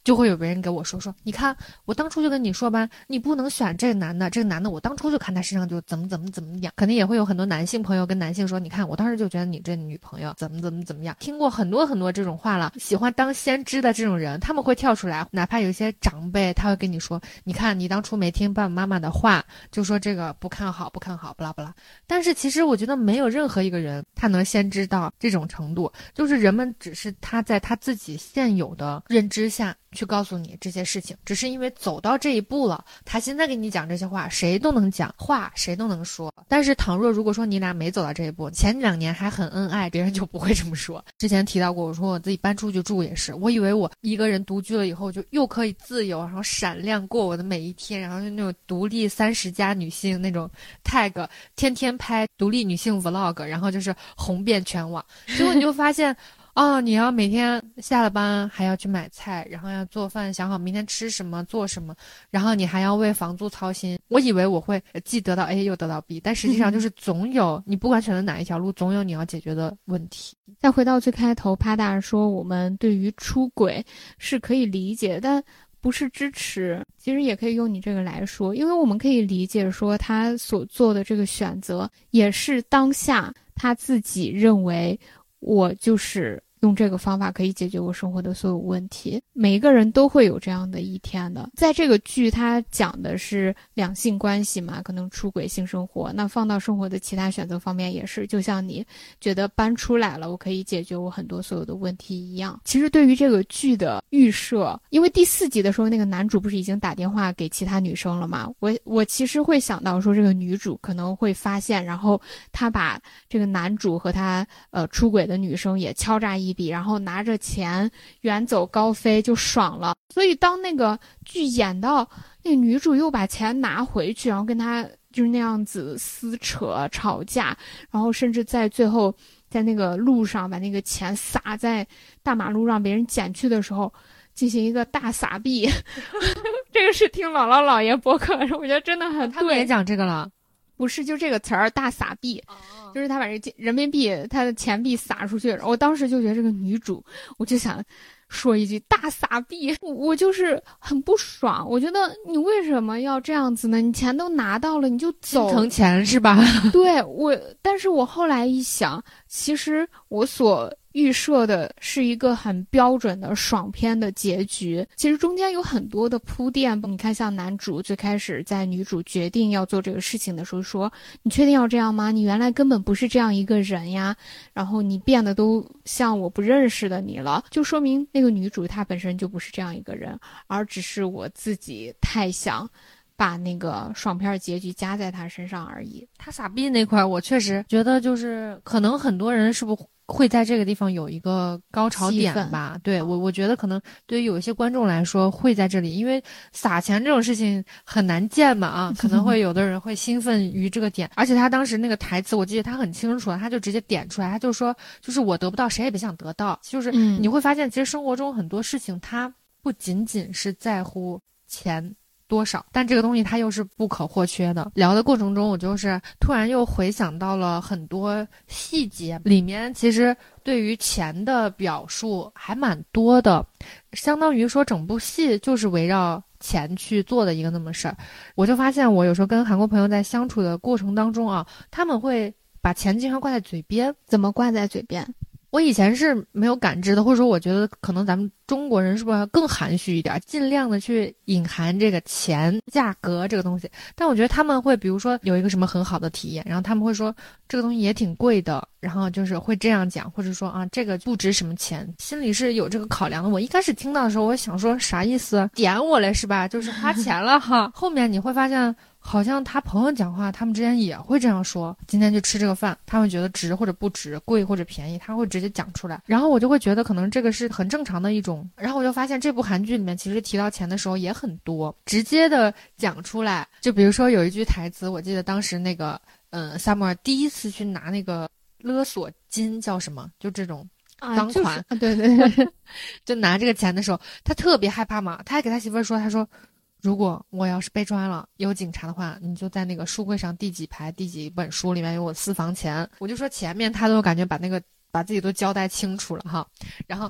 就会有别人给我说说，你看我当初就跟你说吧，你不能选这个男的，这个男的我当初就看他身上就怎么怎么怎么样。肯定也会有很多男性朋友跟男性说，你看我当时就觉得你这女朋友怎么怎么怎么样。听过很多很多这种话了，喜欢当先知的这种人，他们会跳出来，哪怕有一些长辈他会跟你说，你看你当初没听爸爸妈妈的话，就说这个不看好不看好不啦不啦。但是其实我觉得没有任何一个人他能先知到这种程度，就是人们只是他在他自己现有的认知下去告诉你这些事情，只是因为走到这一步了，他现在给你讲这些话，谁都能讲话，谁都能说。但是倘若如果说你俩没走到这一步，前两年还很恩爱，别人就不会这么说。之前提到过，我说我自己搬出去住也是，我以为我一个人独居了以后就又可以自由，然后闪亮过我的每一天，然后就那种独立三十加女性那种 tag， 天天拍独立女性 vlog， 然后就是红遍全网。结果你就发现哦，你要每天下了班还要去买菜，然后要做饭，想好明天吃什么做什么，然后你还要为房租操心。我以为我会既得到 A 又得到 B， 但实际上就是总有你不管选择哪一条路，总有你要解决的问题。 再回到最开头，帕大说我们对于出轨是可以理解，但不是支持。其实也可以用你这个来说，因为我们可以理解说他所做的这个选择也是当下他自己认为我就是用这个方法可以解决我生活的所有问题。每一个人都会有这样的一天的。在这个剧它讲的是两性关系嘛，可能出轨性生活，那放到生活的其他选择方面也是，就像你觉得搬出来了我可以解决我很多所有的问题一样。其实对于这个剧的预设，因为第四集的时候那个男主不是已经打电话给其他女生了嘛，我我其实会想到说这个女主可能会发现，然后他把这个男主和他呃出轨的女生也敲诈一笔，然后拿着钱远走高飞就爽了。所以当那个剧演到那个女主又把钱拿回去，然后跟他就是那样子撕扯吵架，然后甚至在最后在那个路上把那个钱撒在大马路让别人捡去的时候进行一个大撒币这个是听姥姥姥爷播客，我觉得真的很对。 他们也讲这个了， 不是就这个词儿大撒币，就是他把这个人民币他的钱币撒出去，我当时就觉得这个女主，我就想说一句大撒币，我我就是很不爽。我觉得你为什么要这样子呢？你钱都拿到了你就走， 心疼钱是吧？ 对我，但是我后来一想，其实我所预设的是一个很标准的爽片的结局，其实中间有很多的铺垫。你看像男主最开始在女主决定要做这个事情的时候说，你确定要这样吗？你原来根本不是这样一个人呀，然后你变得都像我不认识的你了，就说明那个女主她本身就不是这样一个人，而只是我自己太想把那个爽片结局加在她身上而已。 他撒币那块我确实觉得就是可能很多人是不是会在这个地方有一个高潮点吧。对，我我觉得可能对于有一些观众来说会在这里，因为撒钱这种事情很难见嘛啊，可能会有的人会兴奋于这个点。而且他当时那个台词我记得他很清楚，他就直接点出来，他就说就是我得不到谁也别想得到。就是你会发现其实生活中很多事情它不仅仅是在乎钱多少，但这个东西它又是不可或缺的。聊的过程中我就是突然又回想到了很多细节，里面其实对于钱的表述还蛮多的，相当于说整部戏就是围绕钱去做的一个那么事儿。我就发现我有时候跟韩国朋友在相处的过程当中啊，他们会把钱经常挂在嘴边。 怎么挂在嘴边？ 我以前是没有感知的，或者说我觉得可能咱们中国人是不是要更含蓄一点，尽量的去隐含这个钱价格这个东西。但我觉得他们会比如说有一个什么很好的体验，然后他们会说这个东西也挺贵的，然后就是会这样讲，或者说啊这个不值什么钱，心里是有这个考量的。我一开始听到的时候我想说啥意思，点我了是吧，就是花钱了哈。后面你会发现好像他朋友讲话他们之间也会这样说，今天去吃这个饭他会觉得值或者不值，贵或者便宜，他会直接讲出来。然后我就会觉得可能这个是很正常的一种，然后我就发现这部韩剧里面其实提到钱的时候也很多直接的讲出来。就比如说有一句台词，我记得当时那个嗯，萨摩尔第一次去拿那个勒索金叫什么，就这种赃款、 啊就是、对对对就拿这个钱的时候他特别害怕嘛，他还给他媳妇儿说，他说如果我要是被抓了有警察的话，你就在那个书柜上第几排第几本书里面有我私房钱。我就说前面他都感觉把那个把自己都交代清楚了哈，然后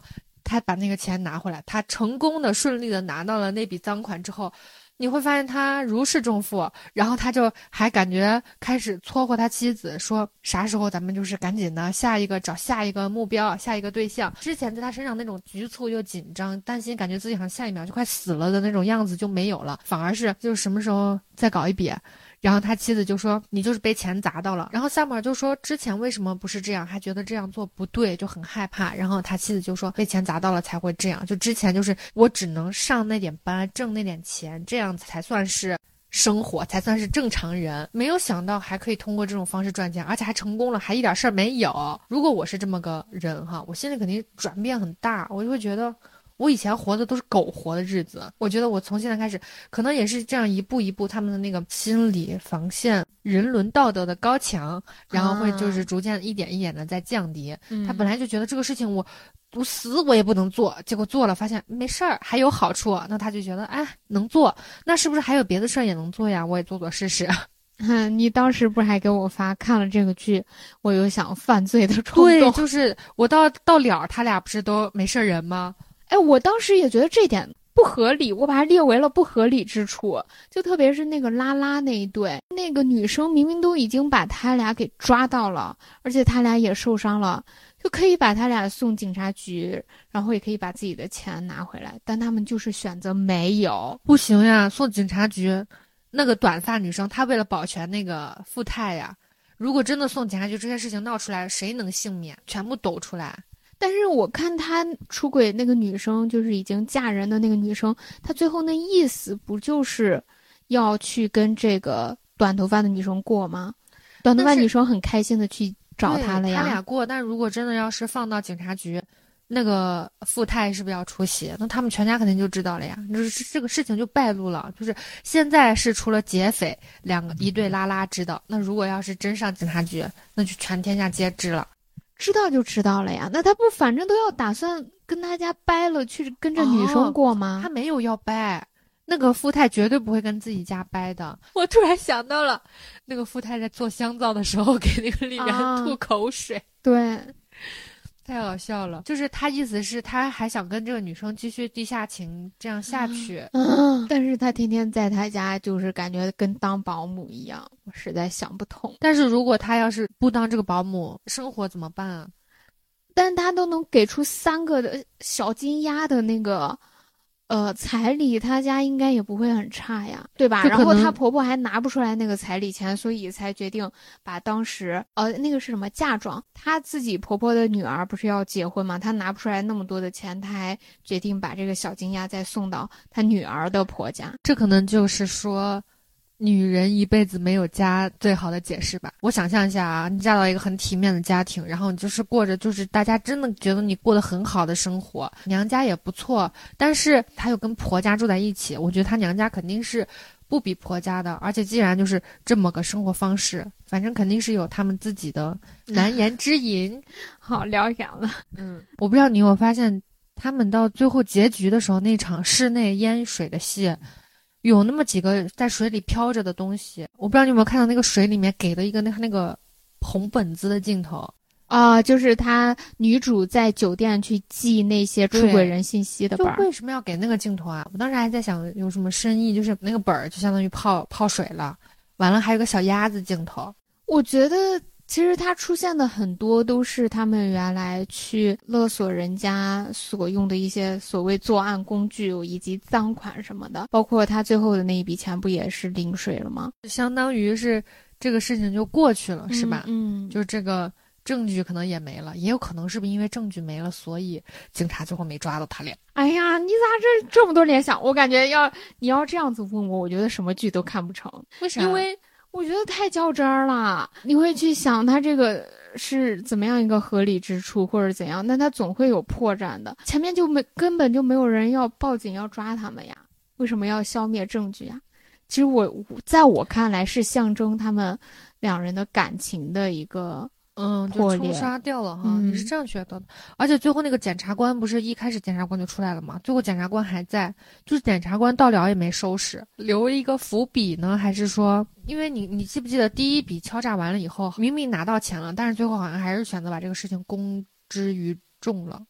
他把那个钱拿回来，他成功的顺利的拿到了那笔赃款之后，你会发现他如释重负，然后他就还感觉开始撮合他妻子说啥时候咱们就是赶紧的下一个找下一个目标下一个对象。之前在他身上那种局促又紧张担心感觉自己好像下一秒就快死了的那种样子就没有了，反而是就是什么时候再搞一笔。然后他妻子就说你就是被钱砸到了，然后萨摩尔就说之前为什么不是这样，还觉得这样做不对，就很害怕。然后他妻子就说被钱砸到了才会这样，就之前就是我只能上那点班挣那点钱，这样才算是生活，才算是正常人。没有想到还可以通过这种方式赚钱，而且还成功了，还一点事儿没有。如果我是这么个人哈，我心里肯定转变很大，我就会觉得我以前活的都是苟活的日子，我觉得我从现在开始可能也是这样一步一步他们的那个心理防线人伦道德的高墙，然后会就是逐渐一点一点的在降低、嗯、他本来就觉得这个事情我我死我也不能做，结果做了发现没事儿还有好处，那他就觉得哎能做，那是不是还有别的事儿也能做呀，我也做做试试。 嗯，你当时不是还给我发看了这个剧，我有想犯罪的冲动。 对，就是我到到了他俩不是都没事人吗？ 哎，我当时也觉得这点不合理，我把它列为了不合理之处。就特别是那个拉拉那一对，那个女生明明都已经把他俩给抓到了，而且他俩也受伤了，就可以把他俩送警察局，然后也可以把自己的钱拿回来，但他们就是选择没有。 不行呀，送警察局，那个短发女生她为了保全那个富太呀，如果真的送警察局，这些事情闹出来谁能幸免？全部抖出来。 但是我看他出轨那个女生，就是已经嫁人的那个女生，她最后那意思不就是要去跟这个短头发的女生过吗？短头发女生很开心的去找他了呀。 他俩过，但如果真的要是放到警察局，那个富太是不是要出席？那他们全家肯定就知道了呀，就是这个事情就败露了。就是现在是除了劫匪两个一对拉拉知道，那如果要是真上警察局，那就全天下皆知了。 知道就知道了呀，那他不反正都要打算跟他家掰了，去跟着女生过吗？ 哦、他没有要掰，那个富太绝对不会跟自己家掰的。我突然想到了，那个富太在做香皂的时候给那个丽媛吐口水，啊、 对。 太好笑了，就是他意思是他还想跟这个女生继续地下情这样下去， 嗯，但是他天天在他家就是感觉跟当保姆一样，我实在想不通。 但是如果他要是不当这个保姆，生活怎么办啊？ 但他都能给出三个的小金鸭的那个呃彩礼，他家应该也不会很差呀，对吧？然后她婆婆还拿不出来那个彩礼钱，所以才决定把当时呃那个是什么嫁妆，她自己婆婆的女儿不是要结婚吗？她拿不出来那么多的钱，她还决定把这个小金鸭再送到她女儿的婆家。 这可能就是说女人一辈子没有家最好的解释吧。我想象一下啊，你嫁到一个很体面的家庭，然后你就是过着就是大家真的觉得你过得很好的生活，娘家也不错，但是她又跟婆家住在一起，我觉得她娘家肯定是不比婆家的，而且既然就是这么个生活方式，反正肯定是有他们自己的难言之隐。 好聊远了。 嗯，我不知道你有没有发现，他们到最后结局的时候，那场室内淹水的戏有那么几个在水里飘着的东西，我不知道你有没有看到那个水里面给了一个那那个红本子的镜头啊、呃，就是她女主在酒店去记那些出轨人信息的本儿。 就为什么要给那个镜头啊？我当时还在想有什么深意，就是那个本儿就相当于泡泡水了，完了还有个小鸭子镜头。 我觉得其实它出现的很多都是他们原来去勒索人家所用的一些所谓作案工具以及赃款什么的，包括他最后的那一笔钱不也是淋水了吗？ 相当于是这个事情就过去了，是吧？ 嗯， 就是这个证据可能也没了，也有可能是不是因为证据没了，所以警察最后没抓到他俩。 哎呀，你咋这这么多联想？我感觉要你要这样子问我，我觉得什么剧都看不成。 为啥？ 因为我觉得太较真儿了，你会去想他这个是怎么样一个合理之处或者怎样，那他总会有破绽的。前面就没根本就没有人要报警要抓他们呀，为什么要消灭证据呀？其实我在我看来是象征他们两人的感情的一个嗯，就冲刷掉了哈、嗯，你是这样觉得的。而且最后那个检察官不是一开始检察官就出来了吗？最后检察官还在，就是检察官到了也没收拾，留一个伏笔呢？还是说，因为你你记不记得第一笔敲诈完了以后，明明拿到钱了，但是最后好像还是选择把这个事情公之于众了。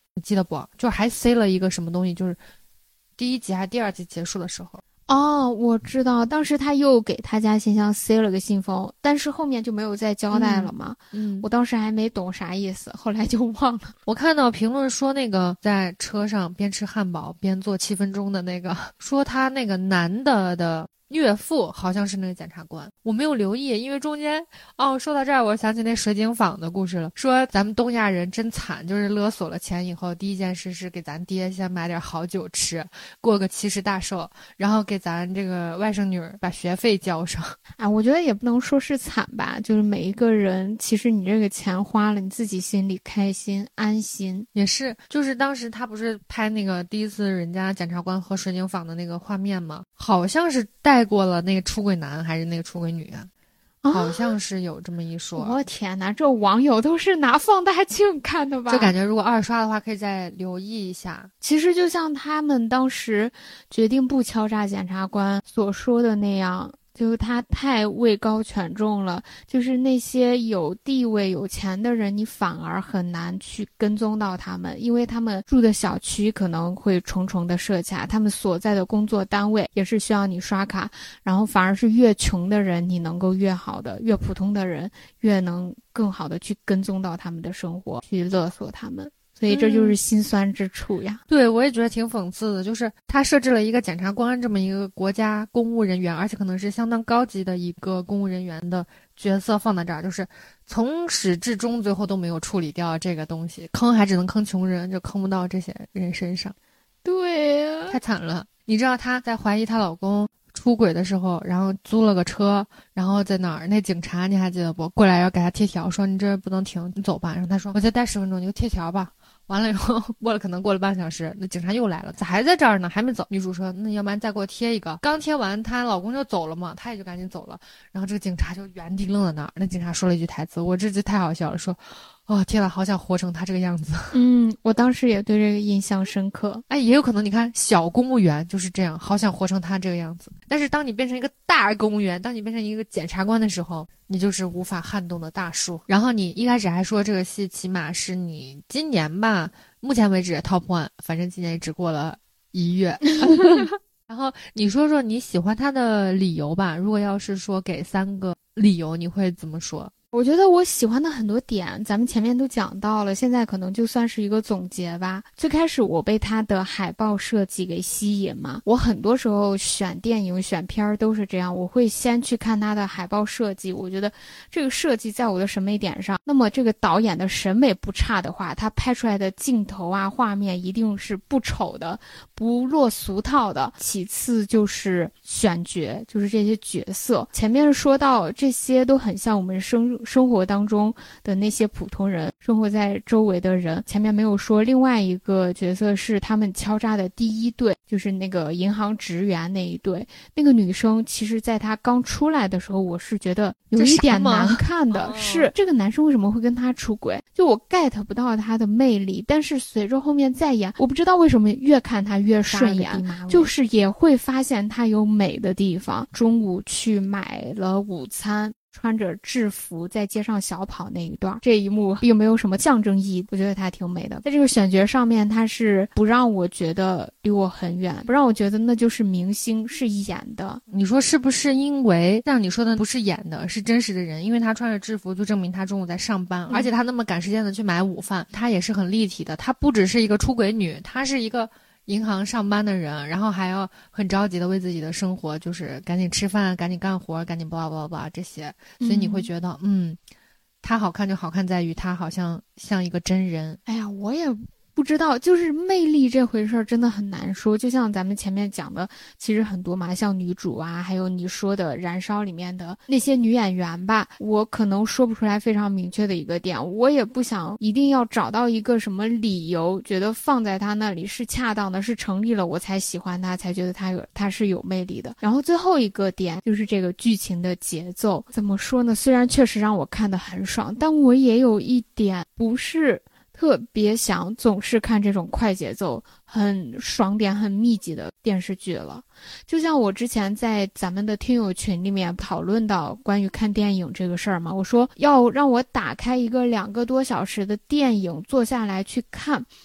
你记得不？就还塞了一个什么东西，就是第一集还是第二集结束的时候。 哦，我知道，当时他又给他家信箱塞了个信封，但是后面就没有再交代了嘛。 嗯， 我当时还没懂啥意思，后来就忘了。 我看到评论说那个在车上边吃汉堡边做七分钟的那个，说他那个男的的岳父好像是那个检察官，我没有留意，因为中间哦，说到这儿我想起那水井坊的故事了，说咱们东亚人真惨，就是勒索了钱以后，第一件事是给咱爹先买点好酒吃，过个七十大寿，然后给咱这个外甥女儿把学费交上。 啊，我觉得也不能说是惨吧，就是每一个人，其实你这个钱花了，你自己心里开心安心。 也是，就是当时他不是拍那个第一次人家检察官和水井坊的那个画面吗？好像是带过了那个出轨男还是那个出轨女啊？好像是有这么一说。 我天哪，这网友都是拿放大镜看的吧？ 就感觉如果二刷的话，可以再留意一下。 其实就像他们当时决定不敲诈检察官所说的那样，就是他太位高权重了，就是那些有地位有钱的人，你反而很难去跟踪到他们，因为他们住的小区可能会重重的设卡，他们所在的工作单位也是需要你刷卡，然后反而是越穷的人你能够越好的，越普通的人越能更好的去跟踪到他们的生活，去勒索他们。所以这就是心酸之处呀。 嗯、对，我也觉得挺讽刺的，就是他设置了一个检察官这么一个国家公务人员，而且可能是相当高级的一个公务人员的角色放在这儿，就是从始至终最后都没有处理掉这个东西，坑还只能坑穷人，就坑不到这些人身上。 对呀、 太惨了。你知道她在怀疑她老公出轨的时候，然后租了个车，然后在哪儿？那警察你还记得不？过来要给她贴条，说你这不能停，你走吧。然后她说我再待十分钟，你就贴条吧。完了以后，过了可能过了半小时，那警察又来了，咋还在这儿呢？还没走。女主说那要不然再给我贴一个。刚贴完，她老公就走了嘛，她也就赶紧走了。然后这个警察就原地愣在那儿。那警察说了一句台词，我这句太好笑了，说哦天呐，好想活成他这个样子。 嗯，我当时也对这个印象深刻。 哎，也有可能你看小公务员就是这样，好想活成他这个样子。但是当你变成一个大公务员，当你变成一个检察官的时候，你就是无法撼动的大树。然后你一开始还说这个戏起码是你今年吧，目前为止 top one， 反正今年也只过了一月。然后你说说你喜欢他的理由吧，如果要是说给三个理由，你会怎么说？ 我觉得我喜欢的很多点，咱们前面都讲到了，现在可能就算是一个总结吧。最开始我被它的海报设计给吸引嘛，我很多时候选电影选片儿都是这样，我会先去看它的海报设计，我觉得这个设计在我的审美点上，那么这个导演的审美不差的话，他拍出来的镜头啊画面一定是不丑的，不落俗套的。其次就是选角，就是这些角色，前面说到这些都很像我们生生活当中的那些普通人，生活在周围的人。前面没有说另外一个角色是他们敲诈的第一对，就是那个银行职员那一对。那个女生其实在她刚出来的时候，我是觉得有一点难看的，是这个男生为什么会跟她出轨，就我 get 不到他的魅力。但是随着后面再演，我不知道为什么越看他越顺眼，就是也会发现他有美的地方。中午去买了午餐，穿着制服在街上小跑那一段，这一幕并没有什么象征意义，我觉得她挺美的。在这个选角上面，她是不让我觉得离我很远，不让我觉得那就是明星是演的。 你说是不是因为像你说的不是演的，是真实的人？因为她穿着制服就证明她中午在上班、嗯、而且她那么赶时间的去买午饭，她也是很立体的。她不只是一个出轨女，她是一个银行上班的人，然后还要很着急的为自己的生活，就是赶紧吃饭，赶紧干活，赶紧巴拉巴拉巴拉这些，所以你会觉得嗯他好看就好看在于他好像像一个真人。 哎呀，我也不知道，就是魅力这回事儿真的很难说。就像咱们前面讲的，其实很多嘛，像女主啊，还有你说的《燃烧》里面的那些女演员吧，我可能说不出来非常明确的一个点，我也不想一定要找到一个什么理由，觉得放在她那里是恰当的，是成立了，我才喜欢她，才觉得她有她是有魅力的。然后最后一个点就是这个剧情的节奏，怎么说呢？虽然确实让我看得很爽，但我也有一点不是特别想总是看这种快节奏很爽点很密集的电视剧了。就像我之前在咱们的听友群里面讨论到关于看电影这个事儿嘛，我说要让我打开一个两个多小时的电影坐下来去看，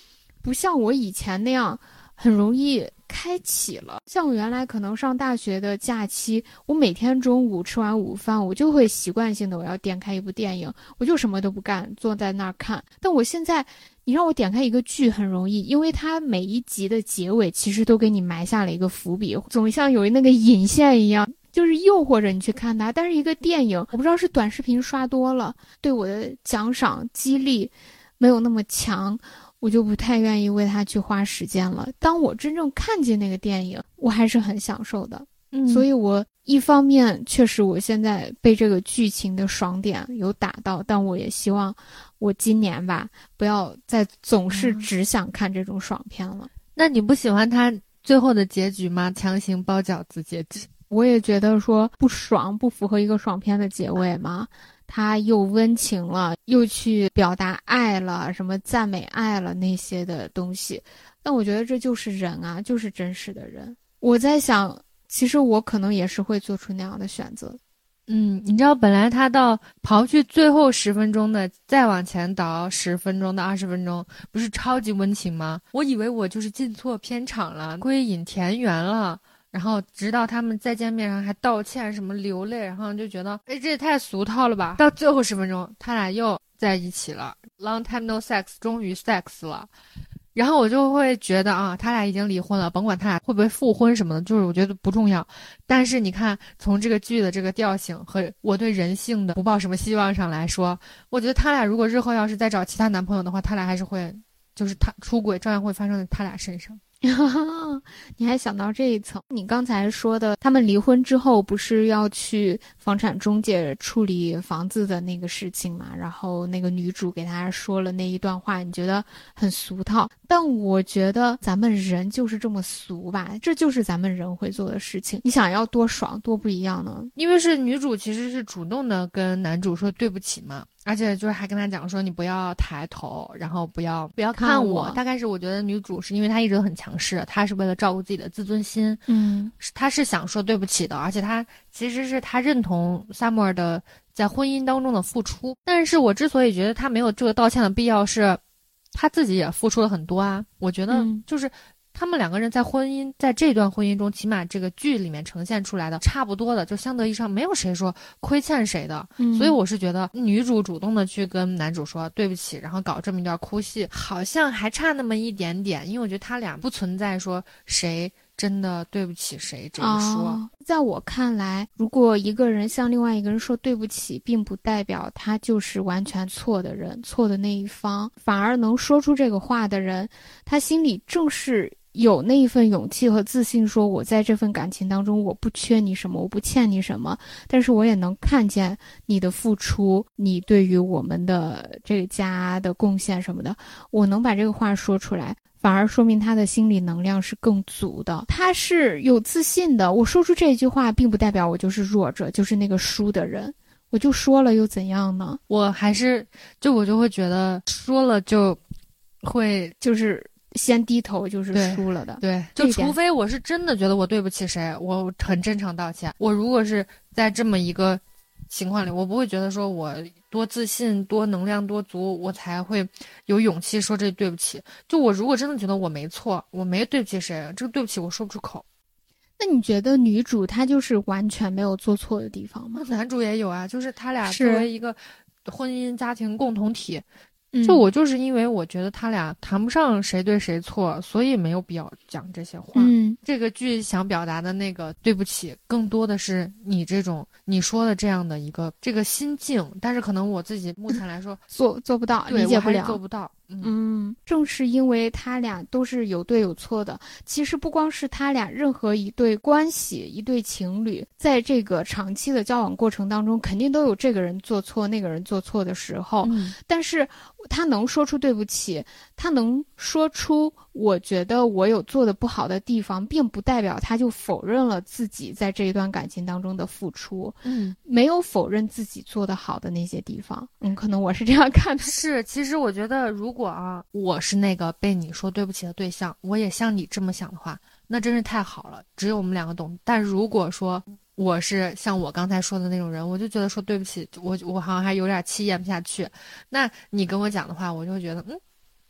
不像我以前那样很容易开启了。像我原来可能上大学的假期，我每天中午吃完午饭，我就会习惯性的我要点开一部电影，我就什么都不干，坐在那儿看。但我现在你让我点开一个剧很容易，因为它每一集的结尾其实都给你埋下了一个伏笔，总像有那个引线一样，就是诱惑着你去看它。但是一个电影，我不知道是短视频刷多了，对我的奖赏激励没有那么强，我就不太愿意为它去花时间了。当我真正看见那个电影，我还是很享受的。嗯，所以我一方面确实我现在被这个剧情的爽点有打到，但我也希望我今年吧不要再总是只想看这种爽片了。 那你不喜欢他最后的结局吗？强行包饺子结局。 我也觉得说不爽，不符合一个爽片的结尾嘛。他又温情了，又去表达爱了，什么赞美爱了那些的东西。但我觉得这就是人啊，就是真实的人。我在想，其实我可能也是会做出那样的选择。 嗯，你知道本来他到刨去最后十分钟的，再往前倒十分钟到二十分钟，不是超级温情吗？我以为我就是进错片场了，归隐田园了。然后直到他们再见面上还道歉什么流泪，然后就觉得哎这也太俗套了吧。到最后十分钟他俩又在一起了， long time no sex 终于 sex 了。然后我就会觉得啊，他俩已经离婚了，甭管他俩会不会复婚什么的，就是我觉得不重要。但是你看从这个剧的这个调性和我对人性的不抱什么希望上来说，我觉得他俩如果日后要是再找其他男朋友的话，他俩还是会就是他出轨照样会发生在他俩身上。 你还想到这一层。你刚才说的他们离婚之后不是要去房产中介处理房子的那个事情嘛，然后那个女主给他说了那一段话，你觉得很俗套，但我觉得咱们人就是这么俗吧，这就是咱们人会做的事情。你想要多爽多不一样呢？ 因为是女主其实是主动的跟男主说对不起嘛，而且就是还跟他讲说你不要抬头，然后不要不要看我, 看我大概是我觉得女主是因为她一直都很强势，她是为了照顾自己的自尊心， 嗯， 她是想说对不起的，而且她其实是她认同萨默尔的在婚姻当中的付出。但是我之所以觉得她没有这个道歉的必要，是她自己也付出了很多啊。我觉得就是他们两个人在婚姻在这段婚姻中，起码这个剧里面呈现出来的差不多的，就相得益彰，没有谁说亏欠谁的、嗯、所以我是觉得女主主动的去跟男主说对不起，然后搞这么一段哭戏，好像还差那么一点点。因为我觉得他俩不存在说谁真的对不起谁这一说、 哦、在我看来，如果一个人向另外一个人说对不起，并不代表他就是完全错的人，错的那一方，反而能说出这个话的人，他心里正是有那一份勇气和自信，说我在这份感情当中我不缺你什么，我不欠你什么，但是我也能看见你的付出，你对于我们的这个家的贡献什么的，我能把这个话说出来，反而说明他的心理能量是更足的，他是有自信的。我说出这句话并不代表我就是弱者，就是那个输的人，我就说了又怎样呢？ 我还是就我就会觉得说了就会就是先低头就是输了的。 对，对，就除非我是真的觉得我对不起谁，我很真诚道歉。我如果是在这么一个情况里，我不会觉得说我多自信多能量多足我才会有勇气说这对不起。就我如果真的觉得我没错，我没对不起谁，这个对不起我说不出口。 那你觉得女主她就是完全没有做错的地方吗？ 男主也有啊，就是他俩作为一个婚姻家庭共同体，就我就是因为我觉得他俩谈不上谁对谁错，所以没有必要讲这些话。 嗯， 这个剧想表达的那个对不起，更多的是你这种你说的这样的一个这个心境，但是可能我自己目前来说做做不到，理解不了， 做不到。嗯, 嗯，正是因为他俩都是有对有错的。其实不光是他俩，任何一对关系一对情侣在这个长期的交往过程当中，肯定都有这个人做错那个人做错的时候、嗯、但是他能说出对不起，他能说出我觉得我有做的不好的地方，并不代表他就否认了自己在这一段感情当中的付出， 嗯， 没有否认自己做得好的那些地方。嗯，可能我是这样看的。 是，其实我觉得如果啊，我是那个被你说对不起的对象，我也像你这么想的话，那真是太好了，只有我们两个懂。但如果说我是像我刚才说的那种人，我就觉得说对不起，我我好像还有点气咽不下去。那你跟我讲的话，我就会觉得嗯，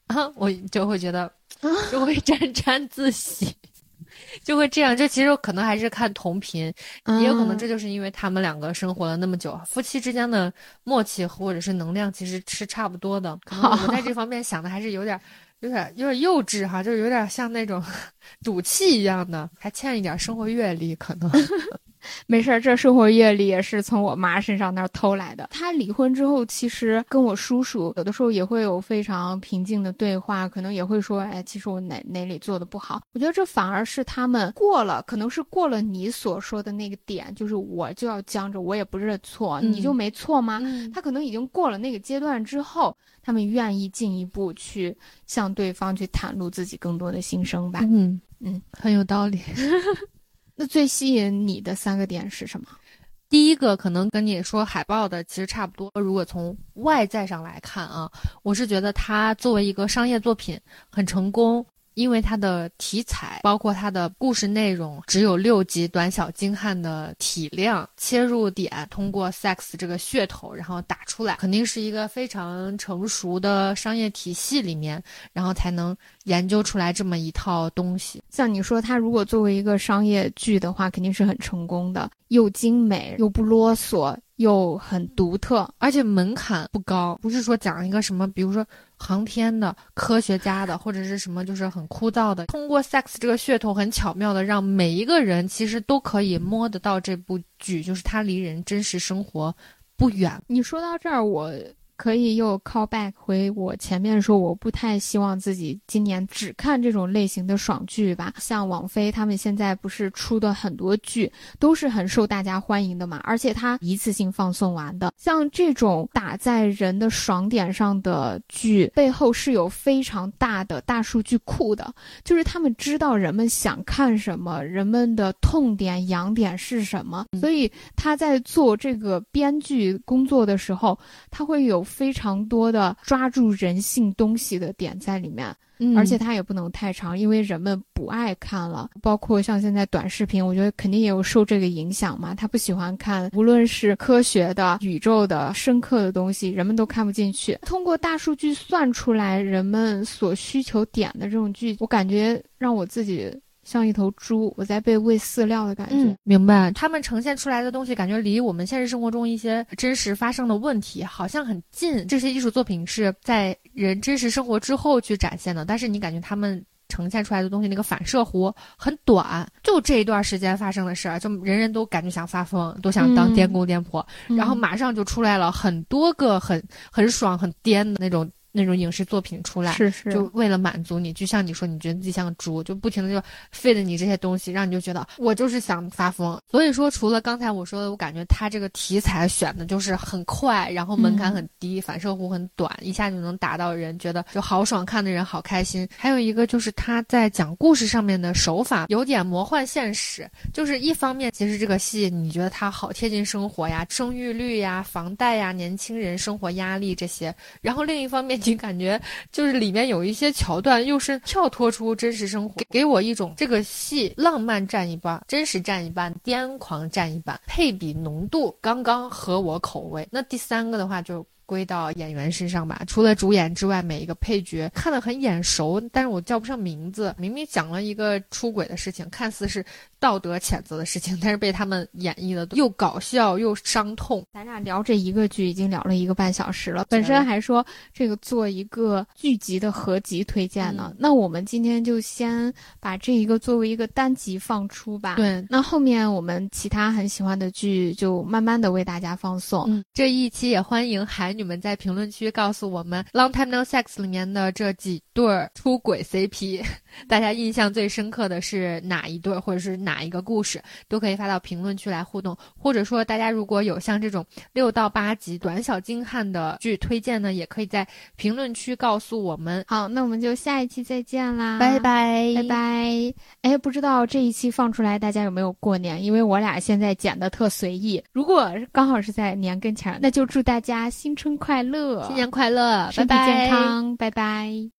啊，我就会觉得就会沾沾自喜。就会这样，就其实可能还是看同频，也有可能这就是因为他们两个生活了那么久，夫妻之间的默契或者是能量其实是差不多的。可能我们在这方面想的还是有点有点有点幼稚哈，就是有点像那种赌气一样的，还欠一点生活阅历可能。 没事儿，这生活阅历也是从我妈身上那儿偷来的。她离婚之后，其实跟我叔叔有的时候也会有非常平静的对话，可能也会说，哎，其实我哪哪里做的不好。我觉得这反而是他们过了，可能是过了你所说的那个点，就是我就要僵着，我也不认错，嗯、你就没错吗？嗯、他可能已经过了那个阶段之后，他们愿意进一步去向对方去袒露自己更多的心声吧。 嗯嗯，很有道理。 那最吸引你的三个点是什么？ 第一个可能跟你说海报的其实差不多，如果从外在上来看啊，我是觉得它作为一个商业作品很成功，因为它的题材包括它的故事内容只有六集短小精悍的体量，切入点通过 sex 这个噱头然后打出来，肯定是一个非常成熟的商业体系里面，然后才能研究出来这么一套东西。 像你说它如果作为一个商业剧的话肯定是很成功的，又精美又不啰嗦又很独特， 而且门槛不高，不是说讲一个什么比如说航天的科学家的或者是什么就是很枯燥的，通过 sex 这个噱头很巧妙的让每一个人其实都可以摸得到这部剧，就是它离人真实生活不远。 你说到这儿我可以又 call back 回我前面说我不太希望自己今年只看这种类型的爽剧吧。像网飞他们现在不是出的很多剧都是很受大家欢迎的嘛，而且它一次性放送完的。像这种打在人的爽点上的剧背后是有非常大的大数据库的，就是他们知道人们想看什么，人们的痛点痒点是什么，所以他在做这个编剧工作的时候他会有非常多的抓住人性东西的点在里面、嗯、而且它也不能太长，因为人们不爱看了。包括像现在短视频我觉得肯定也有受这个影响嘛，他不喜欢看无论是科学的宇宙的深刻的东西，人们都看不进去。通过大数据算出来人们所需求点的这种剧，我感觉让我自己像一头猪，我在被喂饲料的感觉、 嗯、明白。他们呈现出来的东西感觉离我们现实生活中一些真实发生的问题好像很近，这些艺术作品是在人真实生活之后去展现的，但是你感觉他们呈现出来的东西那个反射弧很短，就这一段时间发生的事儿，就人人都感觉想发疯，都想当颠公颠婆、嗯、然后马上就出来了很多个很很爽很颠的那种那种影视作品出来， 是是， 就为了满足你，就像你说你觉得自己像个猪，就不停的就费了你这些东西，让你就觉得我就是想发疯。所以说除了刚才我说的，我感觉他这个题材选的就是很快，然后门槛很低、嗯、反射弧很短，一下就能打到人，觉得就好爽，看的人好开心。还有一个就是他在讲故事上面的手法有点魔幻现实，就是一方面其实这个戏你觉得它好贴近生活呀，生育率呀，房贷呀，年轻人生活压力这些，然后另一方面你感觉就是里面有一些桥段又是跳脱出真实生活，给给我一种这个戏浪漫占一半，真实占一半，癫狂占一半，配比浓度刚刚合我口味。那第三个的话就归到演员身上吧，除了主演之外，每一个配角看得很眼熟，但是我叫不上名字。明明讲了一个出轨的事情，看似是道德谴责的事情，但是被他们演绎的又搞笑又伤痛。 咱俩聊这一个剧已经聊了一个半小时了，本身还说这个做一个剧集的合集推荐呢、嗯、那我们今天就先把这一个作为一个单集放出吧。 对， 那后面我们其他很喜欢的剧就慢慢的为大家放送。 嗯，这一期也欢迎海你们在评论区告诉我们 Long Time No Sex 里面的这几对出轨 C P 大家印象最深刻的是哪一对，或者是哪一个故事，都可以发到评论区来互动。或者说大家如果有像这种六到八集短小精悍的剧推荐呢，也可以在评论区告诉我们。 好，那我们就下一期再见啦， 拜拜拜拜。哎，不知道这一期放出来大家有没有过年，因为我俩现在剪得特随意，如果刚好是在年跟前，那就祝大家新春快乐， 新年快乐， 身体健康，拜拜。